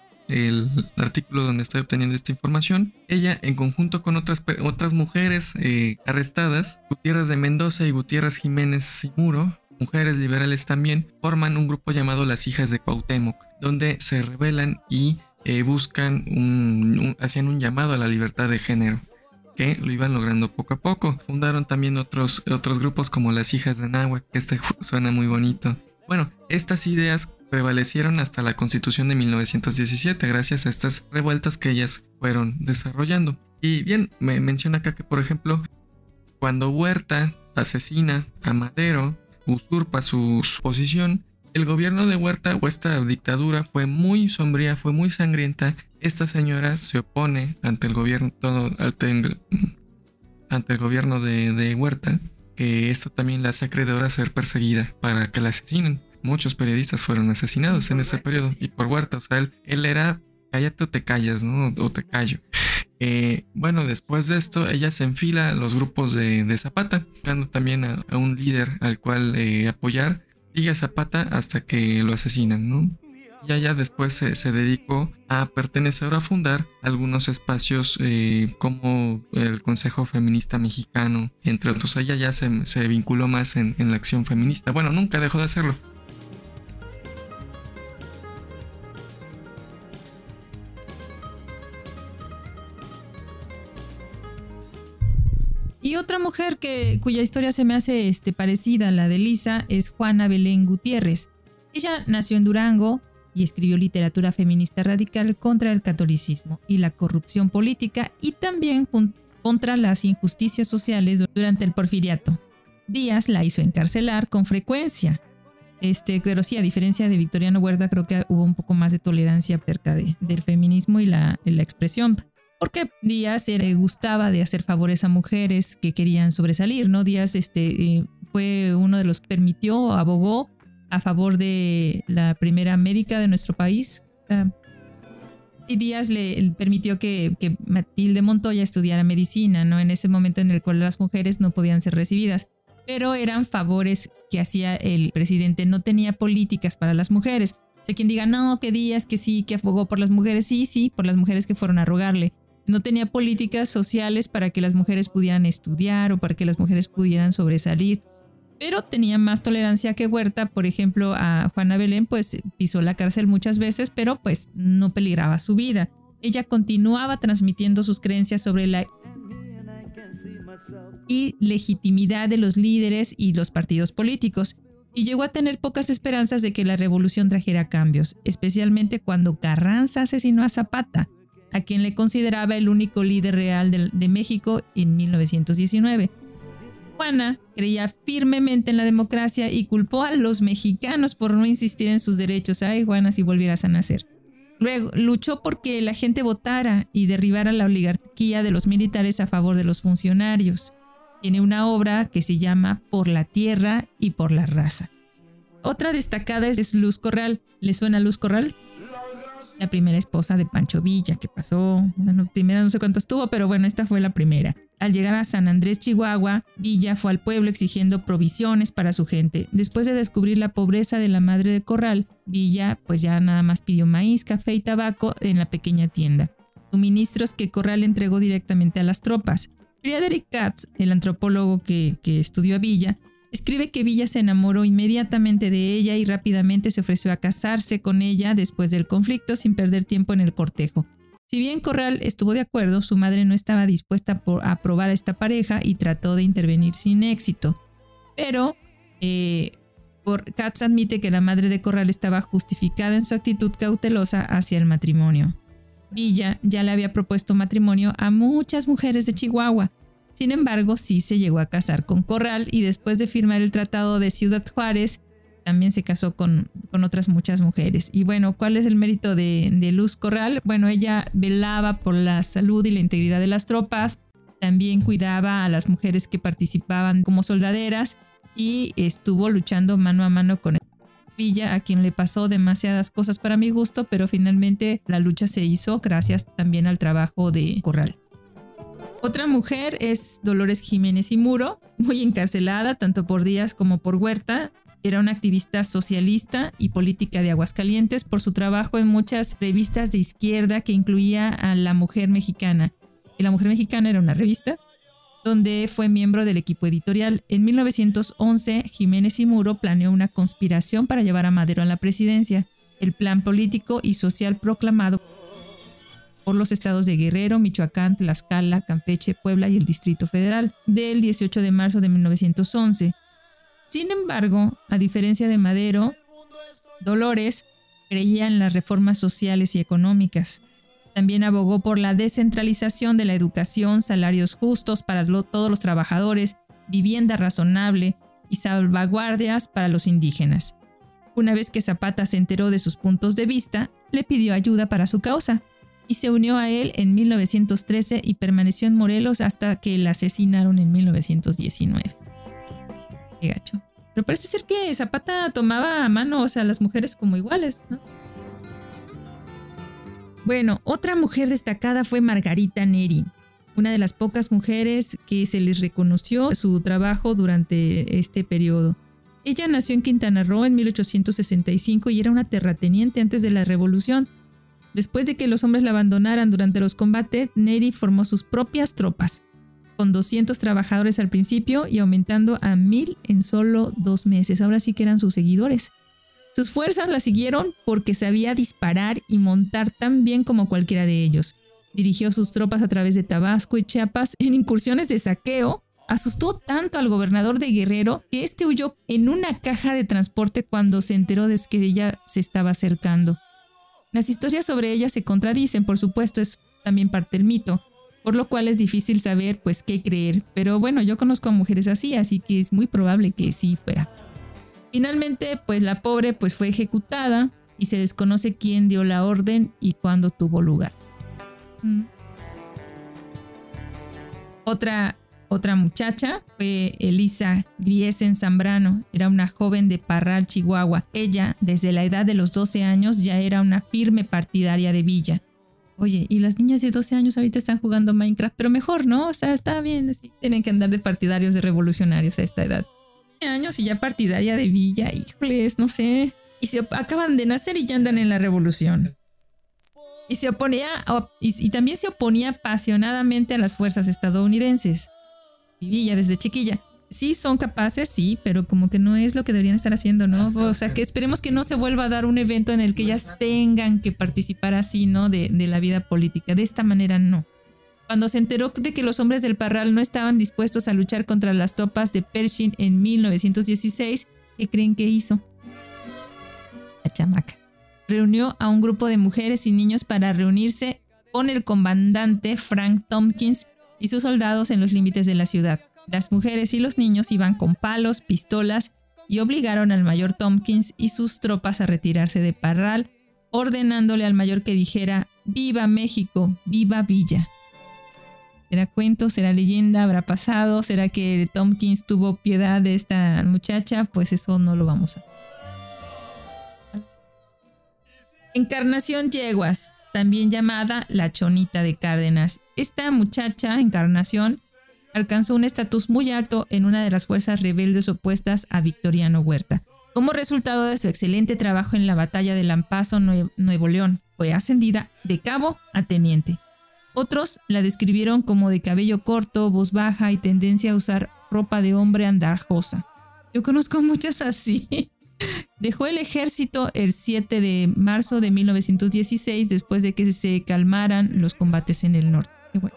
S3: el artículo donde estoy obteniendo esta información, ella en conjunto con otras, otras mujeres eh, arrestadas, Gutiérrez de Mendoza y Gutiérrez Jiménez y Muro, mujeres liberales también, forman un grupo llamado Las Hijas de Cuauhtémoc, donde se rebelan y eh, buscan, un, un, hacían un llamado a la libertad de género, que lo iban logrando poco a poco. Fundaron también otros, otros grupos como Las Hijas de Anáhuac, que este suena muy bonito. Bueno, estas ideas prevalecieron hasta la Constitución de mil novecientos diecisiete gracias a estas revueltas que ellas fueron desarrollando. Y bien, me menciona acá que, por ejemplo, cuando Huerta asesina a Madero, usurpa su, su posición, el gobierno de Huerta o esta dictadura fue muy sombría, fue muy sangrienta. Esta señora se opone ante el gobierno, todo, ante, el, ante el gobierno de, de Huerta, que esto también la hace acreedora a ser perseguida para que la asesinen. Muchos periodistas fueron asesinados en ese periodo y por Huerta, o sea, él, él era cállate o te callas, ¿no? O te callo. Eh, bueno, después de esto, ella se enfila a los grupos de, de Zapata, buscando también a, a un líder al cual eh, apoyar. Sigue a Zapata hasta que lo asesinan, ¿no? Y ella después se, se dedicó a pertenecer o a fundar algunos espacios eh, como el Consejo Feminista Mexicano, entre otros. Ella ya se, se vinculó más en, en la acción feminista. Bueno, nunca dejó de hacerlo.
S2: Y otra mujer que, cuya historia se me hace este, parecida a la de Elisa es Juana Belén Gutiérrez. Ella nació en Durango y escribió literatura feminista radical contra el catolicismo y la corrupción política y también jun- contra las injusticias sociales durante el porfiriato. Díaz la hizo encarcelar con frecuencia. Este, pero sí, a diferencia de Victoriano Huerta, creo que hubo un poco más de tolerancia acerca de, del feminismo y la, la expresión. Porque Díaz eh, gustaba de hacer favores a mujeres que querían sobresalir, ¿no? Díaz este, eh, fue uno de los que permitió, abogó a favor de la primera médica de nuestro país. Uh, y Díaz le, le permitió que, que Matilde Montoya estudiara medicina, ¿no? En ese momento en el cual las mujeres no podían ser recibidas. Pero eran favores que hacía el presidente, no tenía políticas para las mujeres. O sea, quien diga, no, que Díaz, que sí, que abogó por las mujeres, sí, sí, por las mujeres que fueron a rogarle. No tenía políticas sociales para que las mujeres pudieran estudiar o para que las mujeres pudieran sobresalir. Pero tenía más tolerancia que Huerta. Por ejemplo, a Juana Belén pues pisó la cárcel muchas veces, pero pues no peligraba su vida. Ella continuaba transmitiendo sus creencias sobre la ilegitimidad de los líderes y los partidos políticos. Y llegó a tener pocas esperanzas de que la revolución trajera cambios, especialmente cuando Carranza asesinó a Zapata, a quien le consideraba el único líder real de, de México en mil novecientos diecinueve. Juana creía firmemente en la democracia y culpó a los mexicanos por no insistir en sus derechos. Ay, Juana, si volvieras a nacer. Luego luchó porque la gente votara y derribara la oligarquía de los militares a favor de los funcionarios. Tiene una obra que se llama Por la tierra y por la raza. Otra destacada es Luz Corral. ¿Le suena Luz Corral? La primera esposa de Pancho Villa, que pasó, bueno, primera no sé cuánto estuvo, pero bueno, esta fue la primera. Al llegar a San Andrés, Chihuahua, Villa fue al pueblo exigiendo provisiones para su gente. Después de descubrir la pobreza de la madre de Corral, Villa pues ya nada más pidió maíz, café y tabaco en la pequeña tienda. Suministros que Corral entregó directamente a las tropas. Friedrich Katz, el antropólogo que, que estudió a Villa, escribe que Villa se enamoró inmediatamente de ella y rápidamente se ofreció a casarse con ella después del conflicto sin perder tiempo en el cortejo. Si bien Corral estuvo de acuerdo, su madre no estaba dispuesta a aprobar a esta pareja y trató de intervenir sin éxito. Pero eh, Katz admite que la madre de Corral estaba justificada en su actitud cautelosa hacia el matrimonio. Villa ya le había propuesto matrimonio a muchas mujeres de Chihuahua. Sin embargo, sí se llegó a casar con Corral y después de firmar el Tratado de Ciudad Juárez, también se casó con, con otras muchas mujeres. Y bueno, ¿cuál es el mérito de, de Luz Corral? Bueno, ella velaba por la salud y la integridad de las tropas, también cuidaba a las mujeres que participaban como soldaderas y estuvo luchando mano a mano con Villa, a quien le pasó demasiadas cosas para mi gusto, pero finalmente la lucha se hizo gracias también al trabajo de Corral. Otra mujer es Dolores Jiménez y Muro, muy encarcelada tanto por Díaz como por Huerta. Era una activista socialista y política de Aguascalientes por su trabajo en muchas revistas de izquierda que incluía a La Mujer Mexicana. Y La Mujer Mexicana era una revista donde fue miembro del equipo editorial. En mil novecientos once, Jiménez y Muro planeó una conspiración para llevar a Madero a la presidencia. El plan político y social proclamado por los estados de Guerrero, Michoacán, Tlaxcala, Campeche, Puebla y el Distrito Federal, del dieciocho de marzo de mil novecientos once. Sin embargo, a diferencia de Madero, Dolores creía en las reformas sociales y económicas. También abogó por la descentralización de la educación, salarios justos para lo, todos los trabajadores, vivienda razonable y salvaguardias para los indígenas. Una vez que Zapata se enteró de sus puntos de vista, le pidió ayuda para su causa y se unió a él en mil novecientos trece y permaneció en Morelos hasta que la asesinaron en mil novecientos diecinueve. Qué gacho. Pero parece ser que Zapata tomaba a mano, o sea, a las mujeres como iguales, ¿no? Bueno, otra mujer destacada fue Margarita Neri, una de las pocas mujeres que se les reconoció su trabajo durante este periodo. Ella nació en Quintana Roo en mil ochocientos sesenta y cinco y era una terrateniente antes de la Revolución. Después de que los hombres la abandonaran durante los combates, Neri formó sus propias tropas, con doscientos trabajadores al principio y aumentando a mil en solo dos meses. Ahora sí que eran sus seguidores. Sus fuerzas la siguieron porque sabía disparar y montar tan bien como cualquiera de ellos. Dirigió sus tropas a través de Tabasco y Chiapas en incursiones de saqueo. Asustó tanto al gobernador de Guerrero que este huyó en una caja de transporte cuando se enteró de que ella se estaba acercando. Las historias sobre ella se contradicen, por supuesto, es también parte del mito, por lo cual es difícil saber pues qué creer. Pero bueno, yo conozco a mujeres así, así que es muy probable que sí fuera. Finalmente, pues la pobre pues fue ejecutada y se desconoce quién dio la orden y cuándo tuvo lugar. Mm. Otra, otra muchacha fue Elisa Griesen Zambrano. Era una joven de Parral, Chihuahua. Ella, desde la edad de los doce años, ya era una firme partidaria de Villa. Oye, y las niñas de doce años ahorita están jugando Minecraft, pero mejor, ¿no? O sea, está bien, así. Tienen que andar de partidarios, de revolucionarios a esta edad. Años y ya partidaria de Villa, híjoles, no sé. Y se acaban de nacer y ya andan en la revolución. Y se oponía, y, y también se oponía apasionadamente a las fuerzas estadounidenses. Y Villa desde chiquilla. Sí son capaces, sí, pero como que no es lo que deberían estar haciendo, ¿no? O sea, que esperemos que no se vuelva a dar un evento en el que ellas tengan que participar así, ¿no? De, de la vida política. De esta manera, no. Cuando se enteró de que los hombres del Parral no estaban dispuestos a luchar contra las tropas de Pershing en mil novecientos dieciséis, ¿qué creen que hizo? La chamaca. Reunió a un grupo de mujeres y niños para reunirse con el comandante Frank Tompkins y sus soldados en los límites de la ciudad. Las mujeres y los niños iban con palos, pistolas y obligaron al mayor Tompkins y sus tropas a retirarse de Parral ordenándole al mayor que dijera ¡Viva México! ¡Viva Villa! ¿Será cuento? ¿Será leyenda? ¿Habrá pasado? ¿Será que Tompkins tuvo piedad de esta muchacha? Pues eso no lo vamos a ver. Encarnación Yeguas, también llamada la Chonita de Cárdenas. Esta muchacha, Encarnación, alcanzó un estatus muy alto en una de las fuerzas rebeldes opuestas a Victoriano Huerta. Como resultado de su excelente trabajo en la batalla de Lampazo, Nuevo León, fue ascendida de cabo a teniente. Otros la describieron como de cabello corto, voz baja y tendencia a usar ropa de hombre andrajosa. Yo conozco muchas así. Dejó el ejército el siete de marzo de mil novecientos dieciséis después de que se calmaran los combates en el norte. Bueno.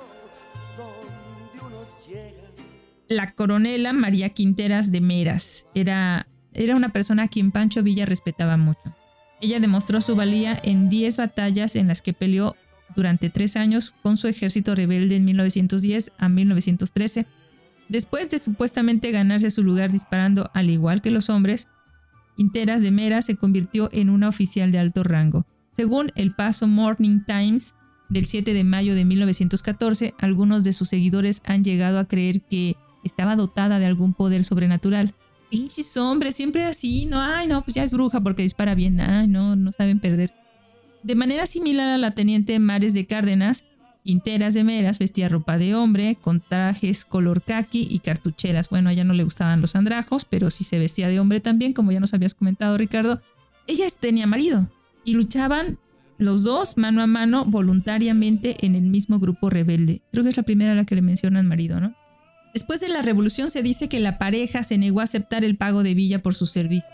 S2: La coronela María Quinteras de Meras era, era una persona a quien Pancho Villa respetaba mucho. Ella demostró su valía en diez batallas en las que peleó durante tres años con su ejército rebelde en mil novecientos diez a mil novecientos trece. Después de supuestamente ganarse su lugar disparando al igual que los hombres, Quinteras de Meras se convirtió en una oficial de alto rango. Según el Paso Morning Times del siete de mayo de mil novecientos catorce, algunos de sus seguidores han llegado a creer que estaba dotada de algún poder sobrenatural. Pinches hombres, siempre así, no, ay no, pues ya es bruja porque dispara bien, ay no, no saben perder. De manera similar a la teniente Mares de Cárdenas, Quinteras de Meras vestía ropa de hombre, con trajes color caqui y cartucheras. Bueno, a ella no le gustaban los andrajos, pero sí se vestía de hombre también, como ya nos habías comentado, Ricardo. Ella tenía marido y luchaban los dos mano a mano voluntariamente en el mismo grupo rebelde. Creo que es la primera a la que le mencionan marido, ¿no? Después de la revolución se dice que la pareja se negó a aceptar el pago de Villa por su servicio.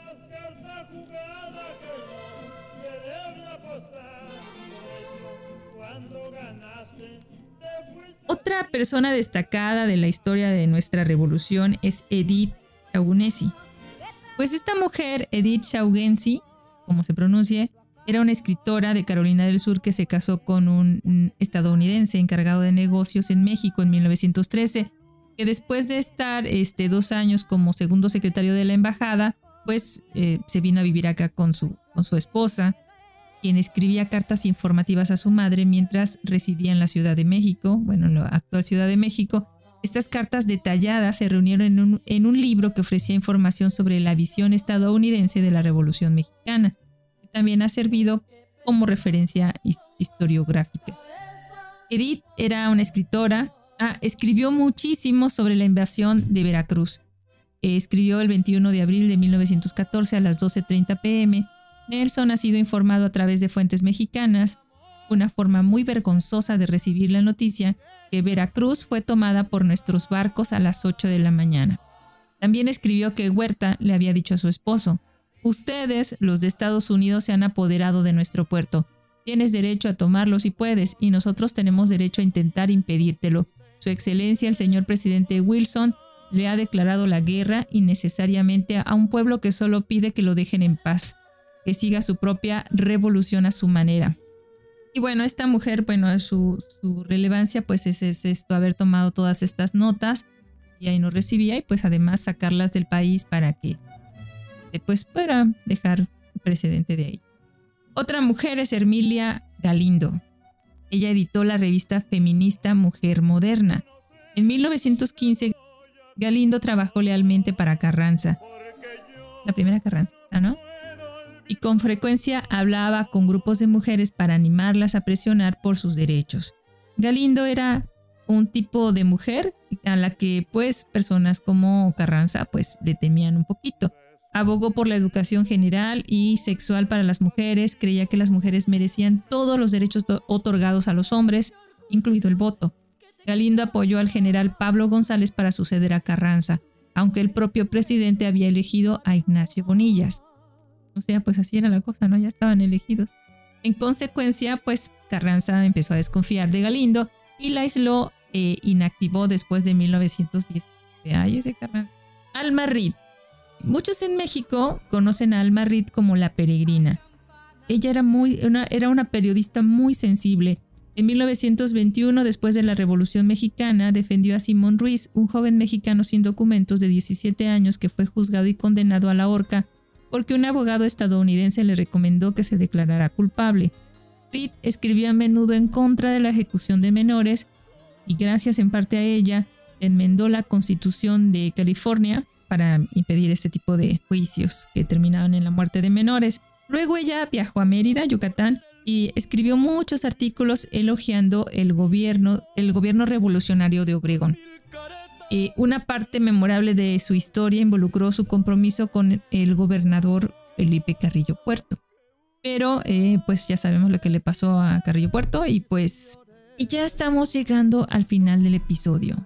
S2: Otra persona destacada de la historia de nuestra revolución es Edith Shaughnessy. Pues esta mujer, Edith Shaughnessy, como se pronuncie, era una escritora de Carolina del Sur que se casó con un estadounidense encargado de negocios en México en mil novecientos trece, que después de estar este, dos años como segundo secretario de la embajada, pues eh, se vino a vivir acá con su, con su esposa, quien escribía cartas informativas a su madre mientras residía en la Ciudad de México, bueno, en la actual Ciudad de México. Estas cartas detalladas se reunieron en un, en un libro que ofrecía información sobre la visión estadounidense de la Revolución Mexicana, que también ha servido como referencia historiográfica. Edith era una escritora, ah, escribió muchísimo sobre la invasión de Veracruz. Eh, escribió el veintiuno de abril de mil novecientos catorce a las doce treinta pm. Nelson ha sido informado a través de fuentes mexicanas, una forma muy vergonzosa de recibir la noticia, que Veracruz fue tomada por nuestros barcos a las ocho de la mañana. También escribió que Huerta le había dicho a su esposo: ustedes, los de Estados Unidos, se han apoderado de nuestro puerto. Tienes derecho a tomarlo si puedes, y nosotros tenemos derecho a intentar impedírtelo. Su excelencia, el señor presidente Wilson, le ha declarado la guerra innecesariamente a un pueblo que solo pide que lo dejen en paz, que siga su propia revolución a su manera. Y bueno, esta mujer, bueno, su, su relevancia pues es, es esto, haber tomado todas estas notas y ahí no recibía, y pues además sacarlas del país para que después pueda dejar precedente de ahí. Otra mujer es Hermilia Galindo. Ella editó la revista feminista Mujer Moderna. En mil novecientos quince, Galindo trabajó lealmente para Carranza, la primera Carranza, ¿no? Y con frecuencia hablaba con grupos de mujeres para animarlas a presionar por sus derechos. Galindo era un tipo de mujer a la que pues personas como Carranza pues le temían un poquito. Abogó por la educación general y sexual para las mujeres, creía que las mujeres merecían todos los derechos otorgados a los hombres, incluido el voto. Galindo apoyó al general Pablo González para suceder a Carranza, aunque el propio presidente había elegido a Ignacio Bonillas. O sea, pues así era la cosa, ¿no? Ya estaban elegidos. En consecuencia, pues Carranza empezó a desconfiar de Galindo y la aisló e inactivó después de mil novecientos diez. Ay, ese Carranza. Alma Reed. Muchos en México conocen a Alma Reed como la Peregrina. Ella era, muy, una, era una periodista muy sensible. En mil novecientos veintiuno, después de la Revolución Mexicana, defendió a Simón Ruiz, un joven mexicano sin documentos de diecisiete años que fue juzgado y condenado a la horca porque un abogado estadounidense le recomendó que se declarara culpable. Reed escribía a menudo en contra de la ejecución de menores y gracias en parte a ella enmendó la Constitución de California para impedir este tipo de juicios que terminaban en la muerte de menores. Luego ella viajó a Mérida, Yucatán, y escribió muchos artículos elogiando el gobierno, el gobierno revolucionario de Obregón. Eh, una parte memorable de su historia involucró su compromiso con el gobernador Felipe Carrillo Puerto. Pero eh, pues ya sabemos lo que le pasó a Carrillo Puerto y pues y ya estamos llegando al final del episodio.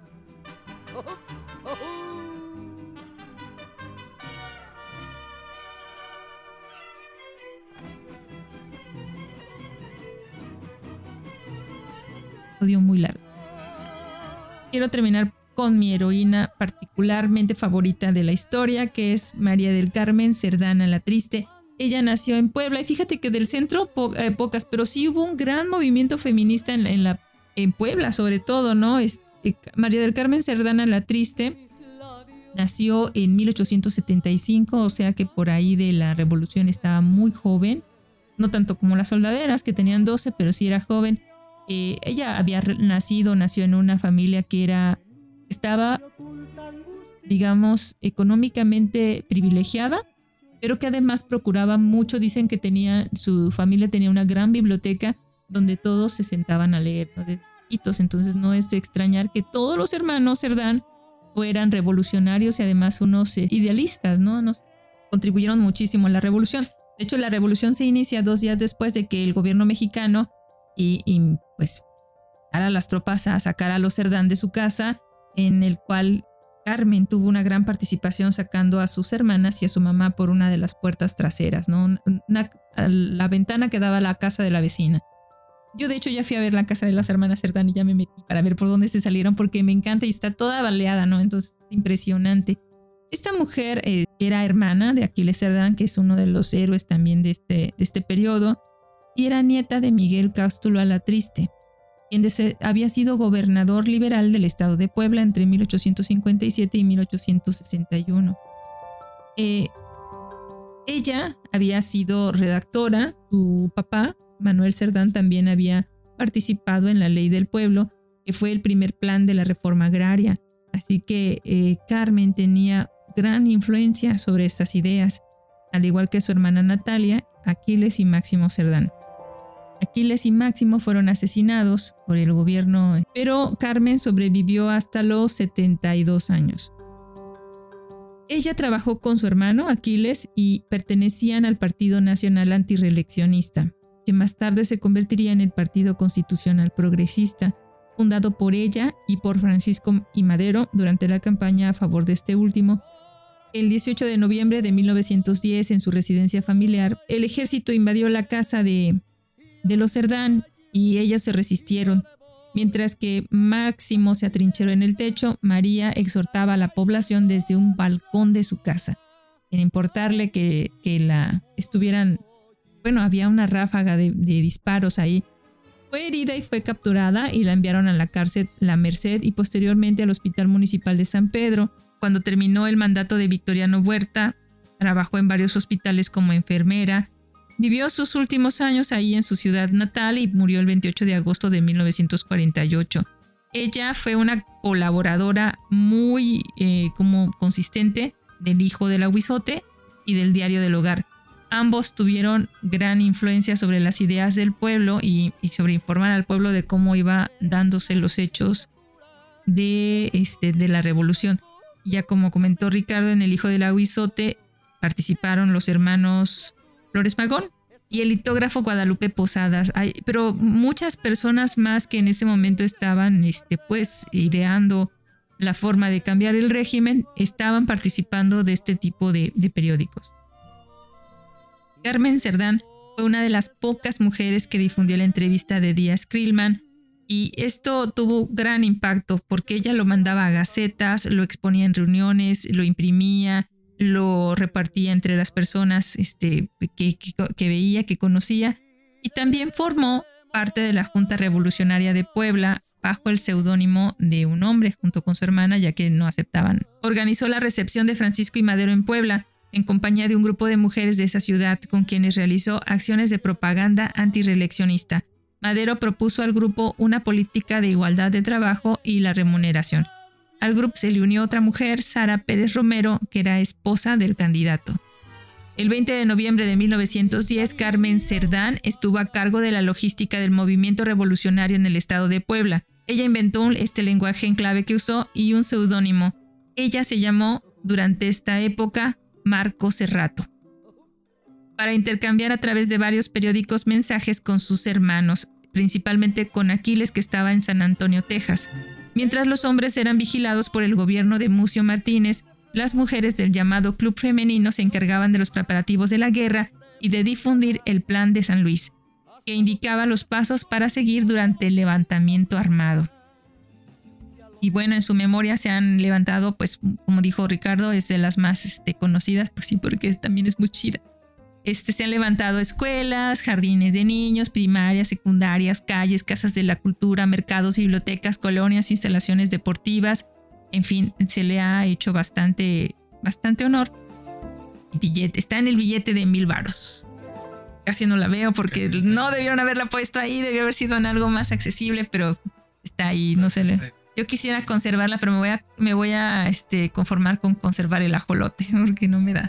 S2: Muy largo. Quiero terminar con mi heroína particularmente favorita de la historia, que es María del Carmen Cerdana la Triste. Ella nació en Puebla y fíjate que del centro po- eh, pocas, pero sí hubo un gran movimiento feminista en, la, en, la, en Puebla sobre todo, ¿no? Es, eh, María del Carmen Cerdana la Triste nació en mil ochocientos setenta y cinco, o sea que por ahí de la revolución estaba muy joven, no tanto como las soldaderas que tenían doce, pero sí era joven. Eh, ella había nacido, nació en una familia que era, estaba, digamos, económicamente privilegiada, pero que además procuraba mucho. Dicen que tenía, su familia tenía una gran biblioteca donde todos se sentaban a leer, ¿no? De chiquitos. Entonces no es de extrañar que todos los hermanos Cerdán fueran revolucionarios y además unos eh, idealistas, ¿no? Nos contribuyeron muchísimo a la revolución. De hecho, la revolución se inicia dos días después de que el gobierno mexicano Y, y pues a las tropas a sacar a los Cerdán de su casa, en el cual Carmen tuvo una gran participación sacando a sus hermanas y a su mamá por una de las puertas traseras, ¿no? Una, la ventana que daba a la casa de la vecina. Yo de hecho ya fui a ver la casa de las hermanas Cerdán y ya me metí para ver por dónde se salieron porque me encanta y está toda baleada, ¿no? Entonces, impresionante. Esta mujer eh, era hermana de Aquiles Cerdán, que es uno de los héroes también de este, de este periodo, y era nieta de Miguel Cástulo la Triste, quien había sido gobernador liberal del estado de Puebla entre mil ochocientos cincuenta y siete y mil ochocientos sesenta y uno. Eh, ella había sido redactora, su papá, Manuel Cerdán, también había participado en la Ley del Pueblo, que fue el primer plan de la reforma agraria. Así que eh, Carmen tenía gran influencia sobre estas ideas, al igual que su hermana Natalia, Aquiles y Máximo Cerdán. Aquiles y Máximo fueron asesinados por el gobierno, pero Carmen sobrevivió hasta los setenta y dos años. Ella trabajó con su hermano Aquiles y pertenecían al Partido Nacional Antirreeleccionista, que más tarde se convertiría en el Partido Constitucional Progresista, fundado por ella y por Francisco I. Madero durante la campaña a favor de este último. El dieciocho de noviembre de mil novecientos diez, en su residencia familiar, el ejército invadió la casa de, de los Cerdán y ellos se resistieron. Mientras que Máximo se atrincheró en el techo, María exhortaba a la población desde un balcón de su casa, sin importarle que, que la estuvieran... Bueno, había una ráfaga de, de disparos ahí. Fue herida y fue capturada y la enviaron a la cárcel La Merced y posteriormente al Hospital Municipal de San Pedro. Cuando terminó el mandato de Victoriano Huerta, trabajó en varios hospitales como enfermera. Vivió sus últimos años ahí en su ciudad natal y murió el veintiocho de agosto de mil novecientos cuarenta y ocho. Ella fue una colaboradora muy eh, como consistente del Hijo del Aguizote y del Diario del Hogar. Ambos tuvieron gran influencia sobre las ideas del pueblo y, y sobre informar al pueblo de cómo iba dándose los hechos de, este, de la revolución. Ya como comentó Ricardo, en El Hijo del Aguizote participaron los hermanos Flores Magón y el litógrafo Guadalupe Posadas. Hay, pero muchas personas más que en ese momento estaban este, pues, ideando la forma de cambiar el régimen, estaban participando de este tipo de, de periódicos. Carmen Cerdán fue una de las pocas mujeres que difundió la entrevista de Díaz Krillman y esto tuvo gran impacto porque ella lo mandaba a gacetas, lo exponía en reuniones, lo imprimía, lo repartía entre las personas este, que, que, que veía, que conocía, y también formó parte de la Junta Revolucionaria de Puebla bajo el seudónimo de un hombre junto con su hermana, ya que no aceptaban. Organizó la recepción de Francisco I. Madero en Puebla, en compañía de un grupo de mujeres de esa ciudad con quienes realizó acciones de propaganda antirreeleccionista. Madero propuso al grupo una política de igualdad de trabajo y la remuneración. Al grupo se le unió otra mujer, Sara Pérez Romero, que era esposa del candidato. El veinte de noviembre de mil novecientos diez, Carmen Cerdán estuvo a cargo de la logística del movimiento revolucionario en el estado de Puebla. Ella inventó este lenguaje en clave que usó y un seudónimo. Ella se llamó, durante esta época, Marco Cerrato, para intercambiar a través de varios periódicos mensajes con sus hermanos, principalmente con Aquiles, que estaba en San Antonio, Texas. Mientras los hombres eran vigilados por el gobierno de Mucio Martínez, las mujeres del llamado Club Femenino se encargaban de los preparativos de la guerra y de difundir el Plan de San Luis, que indicaba los pasos para seguir durante el levantamiento armado. Y bueno, en su memoria se han levantado, pues como dijo Ricardo, es de las más este, conocidas, pues sí, porque también es muy chida. Este, se han levantado escuelas, jardines de niños, primarias, secundarias, calles, casas de la cultura, mercados, bibliotecas, colonias, instalaciones deportivas. En fin, se le ha hecho bastante, bastante honor. El billete, está en el billete de mil varos. Casi no la veo porque no debieron haberla puesto ahí, debió haber sido en algo más accesible, pero está ahí, no se le... Yo quisiera conservarla, pero me voy a, me voy a este, conformar con conservar el ajolote, porque no me da.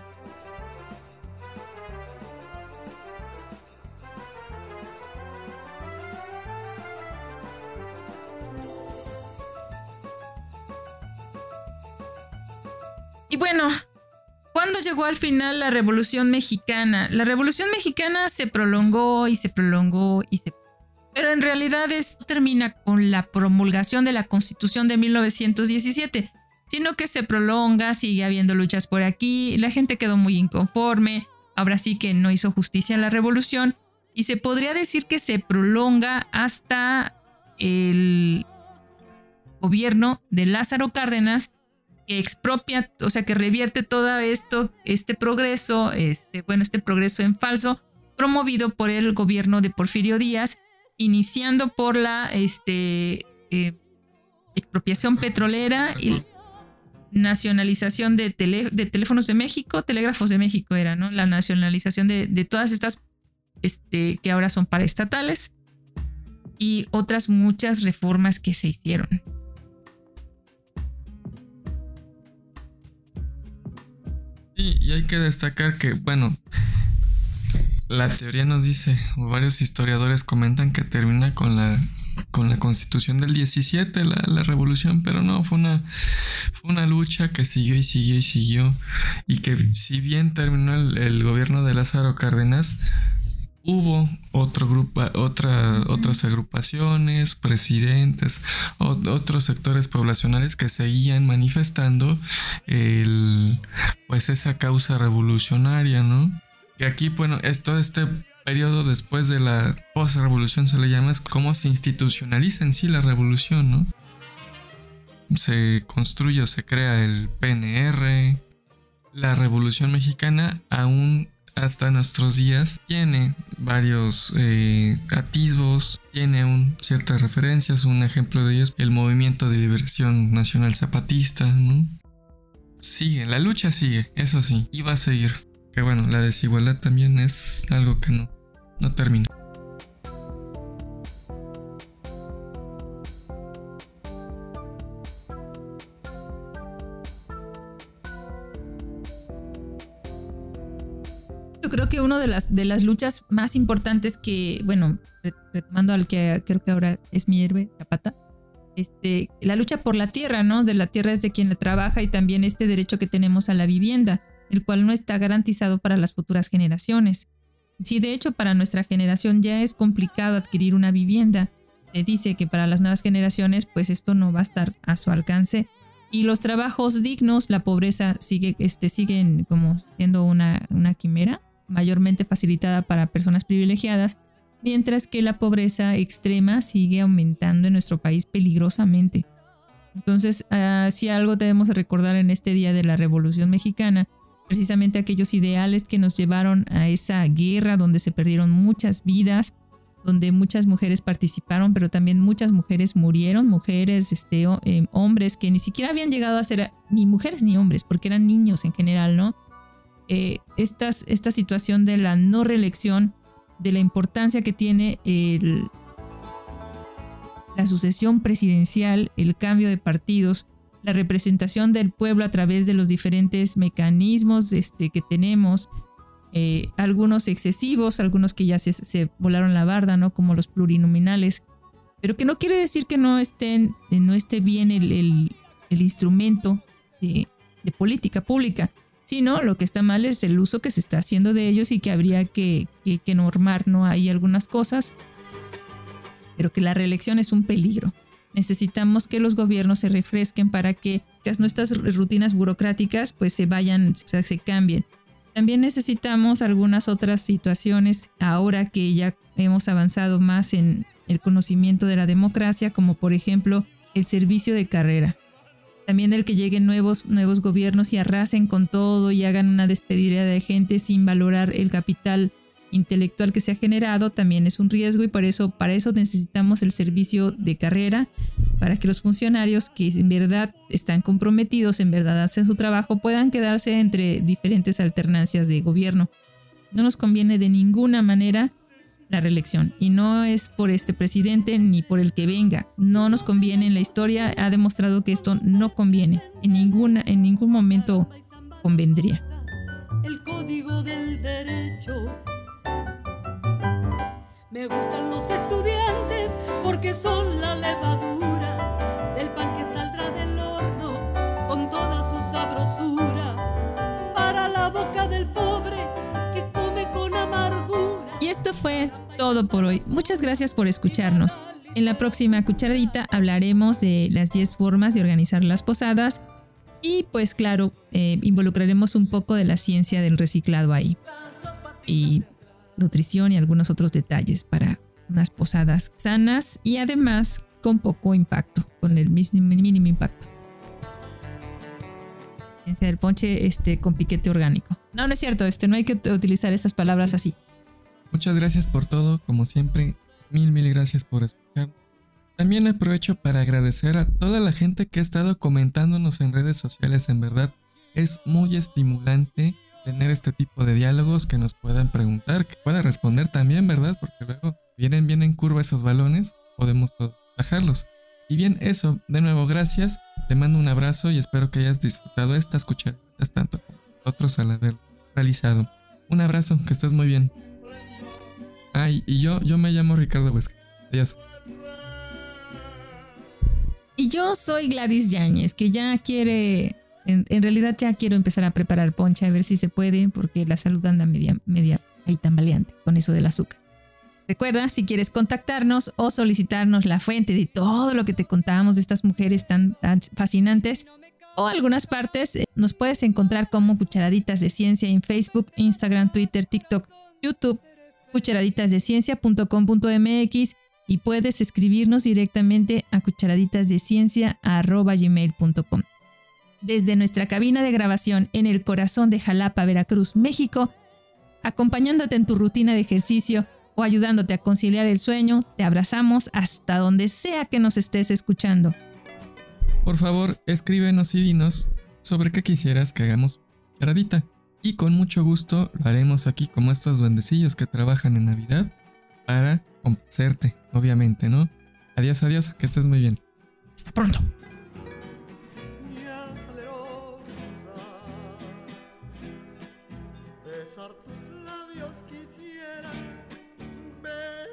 S2: Y bueno, ¿cuándo llegó al final la Revolución Mexicana? La Revolución Mexicana se prolongó y se prolongó y se... Pero en realidad esto termina con la promulgación de la Constitución de mil novecientos diecisiete, sino que se prolonga, sigue habiendo luchas por aquí, la gente quedó muy inconforme, ahora sí que no hizo justicia a la revolución, y se podría decir que se prolonga hasta el gobierno de Lázaro Cárdenas, que expropia, o sea, que revierte todo esto, este progreso, este, bueno, este progreso en falso, promovido por el gobierno de Porfirio Díaz, iniciando por la este, eh, expropiación petrolera y nacionalización de, tele, de teléfonos de México, telégrafos de México era, ¿no? La nacionalización de, de todas estas este, que ahora son paraestatales y otras muchas reformas que se hicieron.
S3: Y, y hay que destacar que, bueno, la teoría nos dice, o varios historiadores comentan que termina con la, con la Constitución del diecisiete, la, la revolución, pero no, fue una, fue una lucha que siguió y siguió y siguió, y que si bien terminó el, el gobierno de Lázaro Cárdenas, hubo otro grupo, otra, otras agrupaciones, presidentes, o, otros sectores poblacionales que seguían manifestando el, pues esa causa revolucionaria, ¿no? Que aquí, bueno, es todo este periodo después de la post-revolución se le llama, es cómo se institucionaliza en sí la revolución, ¿no? Se construye o se crea el P N R. La Revolución Mexicana aún hasta nuestros días tiene varios eh, atisbos, tiene un, ciertas referencias. Un ejemplo de ellos, el Movimiento de Liberación Nacional Zapatista, ¿no? Sigue, la lucha sigue, eso sí, y va a seguir. Que bueno, la desigualdad también es algo que no, no termina.
S2: Yo creo que una de las, de las luchas más importantes que, bueno, retomando al que creo que ahora es mi héroe, Zapata, este, la lucha por la tierra, ¿no? De la tierra es de quien la trabaja, y también este derecho que tenemos a la vivienda, el cual no está garantizado para las futuras generaciones. Si de hecho para nuestra generación ya es complicado adquirir una vivienda, se dice que para las nuevas generaciones pues esto no va a estar a su alcance, y los trabajos dignos, la pobreza sigue, este, siguen como siendo una, una quimera, mayormente facilitada para personas privilegiadas, mientras que la pobreza extrema sigue aumentando en nuestro país peligrosamente. Entonces, uh, si algo debemos recordar en este día de la Revolución Mexicana, precisamente aquellos ideales que nos llevaron a esa guerra donde se perdieron muchas vidas, donde muchas mujeres participaron, pero también muchas mujeres murieron, mujeres, este, hombres que ni siquiera habían llegado a ser ni mujeres ni hombres, porque eran niños en general, ¿no? eh, estas, esta situación de la no reelección, de la importancia que tiene el, la sucesión presidencial, el cambio de partidos, la representación del pueblo a través de los diferentes mecanismos este, que tenemos, eh, algunos excesivos, algunos que ya se, se volaron la barda, ¿no? Como los plurinominales, pero que no quiere decir que no, estén, no esté bien el, el, el instrumento de, de política pública, sino lo que está mal es el uso que se está haciendo de ellos y que habría que, que, que normar, ¿no? Hay algunas cosas, pero que la reelección es un peligro. Necesitamos que los gobiernos se refresquen para que nuestras rutinas burocráticas pues se vayan, o sea, se cambien. También necesitamos algunas otras situaciones ahora que ya hemos avanzado más en el conocimiento de la democracia, como por ejemplo el servicio de carrera. También el que lleguen nuevos, nuevos gobiernos y arrasen con todo y hagan una despedida de gente sin valorar el capital intelectual que se ha generado, también es un riesgo, y por eso, para eso necesitamos el servicio de carrera, para que los funcionarios que en verdad están comprometidos, en verdad hacen su trabajo, puedan quedarse entre diferentes alternancias de gobierno. No nos conviene de ninguna manera la reelección, y no es por este presidente ni por el que venga. No nos conviene. En la historia ha demostrado que esto no conviene. En ninguna, en ningún momento convendría.
S1: El código del derecho. Me gustan los estudiantes porque son la levadura del pan que saldrá del horno con toda su sabrosura para la boca del pobre que come con amargura.
S2: Y esto fue todo por hoy. Muchas gracias por escucharnos. En la próxima cucharadita hablaremos de las diez formas de organizar las posadas y pues claro, eh, involucraremos un poco de la ciencia del reciclado ahí. Y nutrición y algunos otros detalles para unas posadas sanas y además con poco impacto, con el mínimo, mínimo impacto. Ciencia del ponche este, con piquete orgánico. No, no es cierto, este, no hay que utilizar esas palabras así.
S3: Muchas gracias por todo, como siempre, mil mil gracias por escuchar. También aprovecho para agradecer a toda la gente que ha estado comentándonos en redes sociales, en verdad es muy estimulante tener este tipo de diálogos, que nos puedan preguntar, que pueda responder también, ¿verdad? Porque luego vienen bien en curva esos balones, podemos bajarlos. Y bien, eso, de nuevo, gracias, te mando un abrazo y espero que hayas disfrutado estas cucharadas tanto como nosotros al haber realizado. Un abrazo, que estés muy bien. Ay, y yo, yo me llamo Ricardo Huesca. Adiós.
S2: Y yo soy Gladys Yáñez, que ya quiere... En, en realidad ya quiero empezar a preparar ponche, a ver si se puede, porque la salud anda media, media ahí tambaleante con eso del azúcar. Recuerda, si quieres contactarnos o solicitarnos la fuente de todo lo que te contábamos de estas mujeres tan, tan fascinantes o algunas partes, nos puedes encontrar como Cucharaditas de Ciencia en Facebook, Instagram, Twitter, TikTok, YouTube, cucharaditas de ciencia punto com punto m x, y puedes escribirnos directamente a cucharaditasdeciencia arroba gmail punto com. Desde nuestra cabina de grabación en el corazón de Jalapa, Veracruz, México, acompañándote en tu rutina de ejercicio o ayudándote a conciliar el sueño, te abrazamos hasta donde sea que nos estés escuchando.
S3: Por favor, escríbenos y dinos sobre qué quisieras que hagamos cucharadita. Y con mucho gusto lo haremos aquí como estos duendecillos que trabajan en Navidad para complacerte, obviamente, ¿no? Adiós, adiós, que estés muy bien.
S2: Hasta pronto.
S4: Besar tus labios quisiera ver.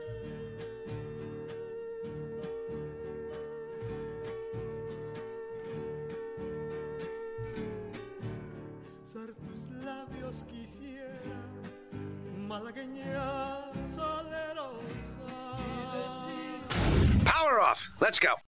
S4: Besar tus labios quisiera, malagueña salerosa.
S9: Power off. Let's go.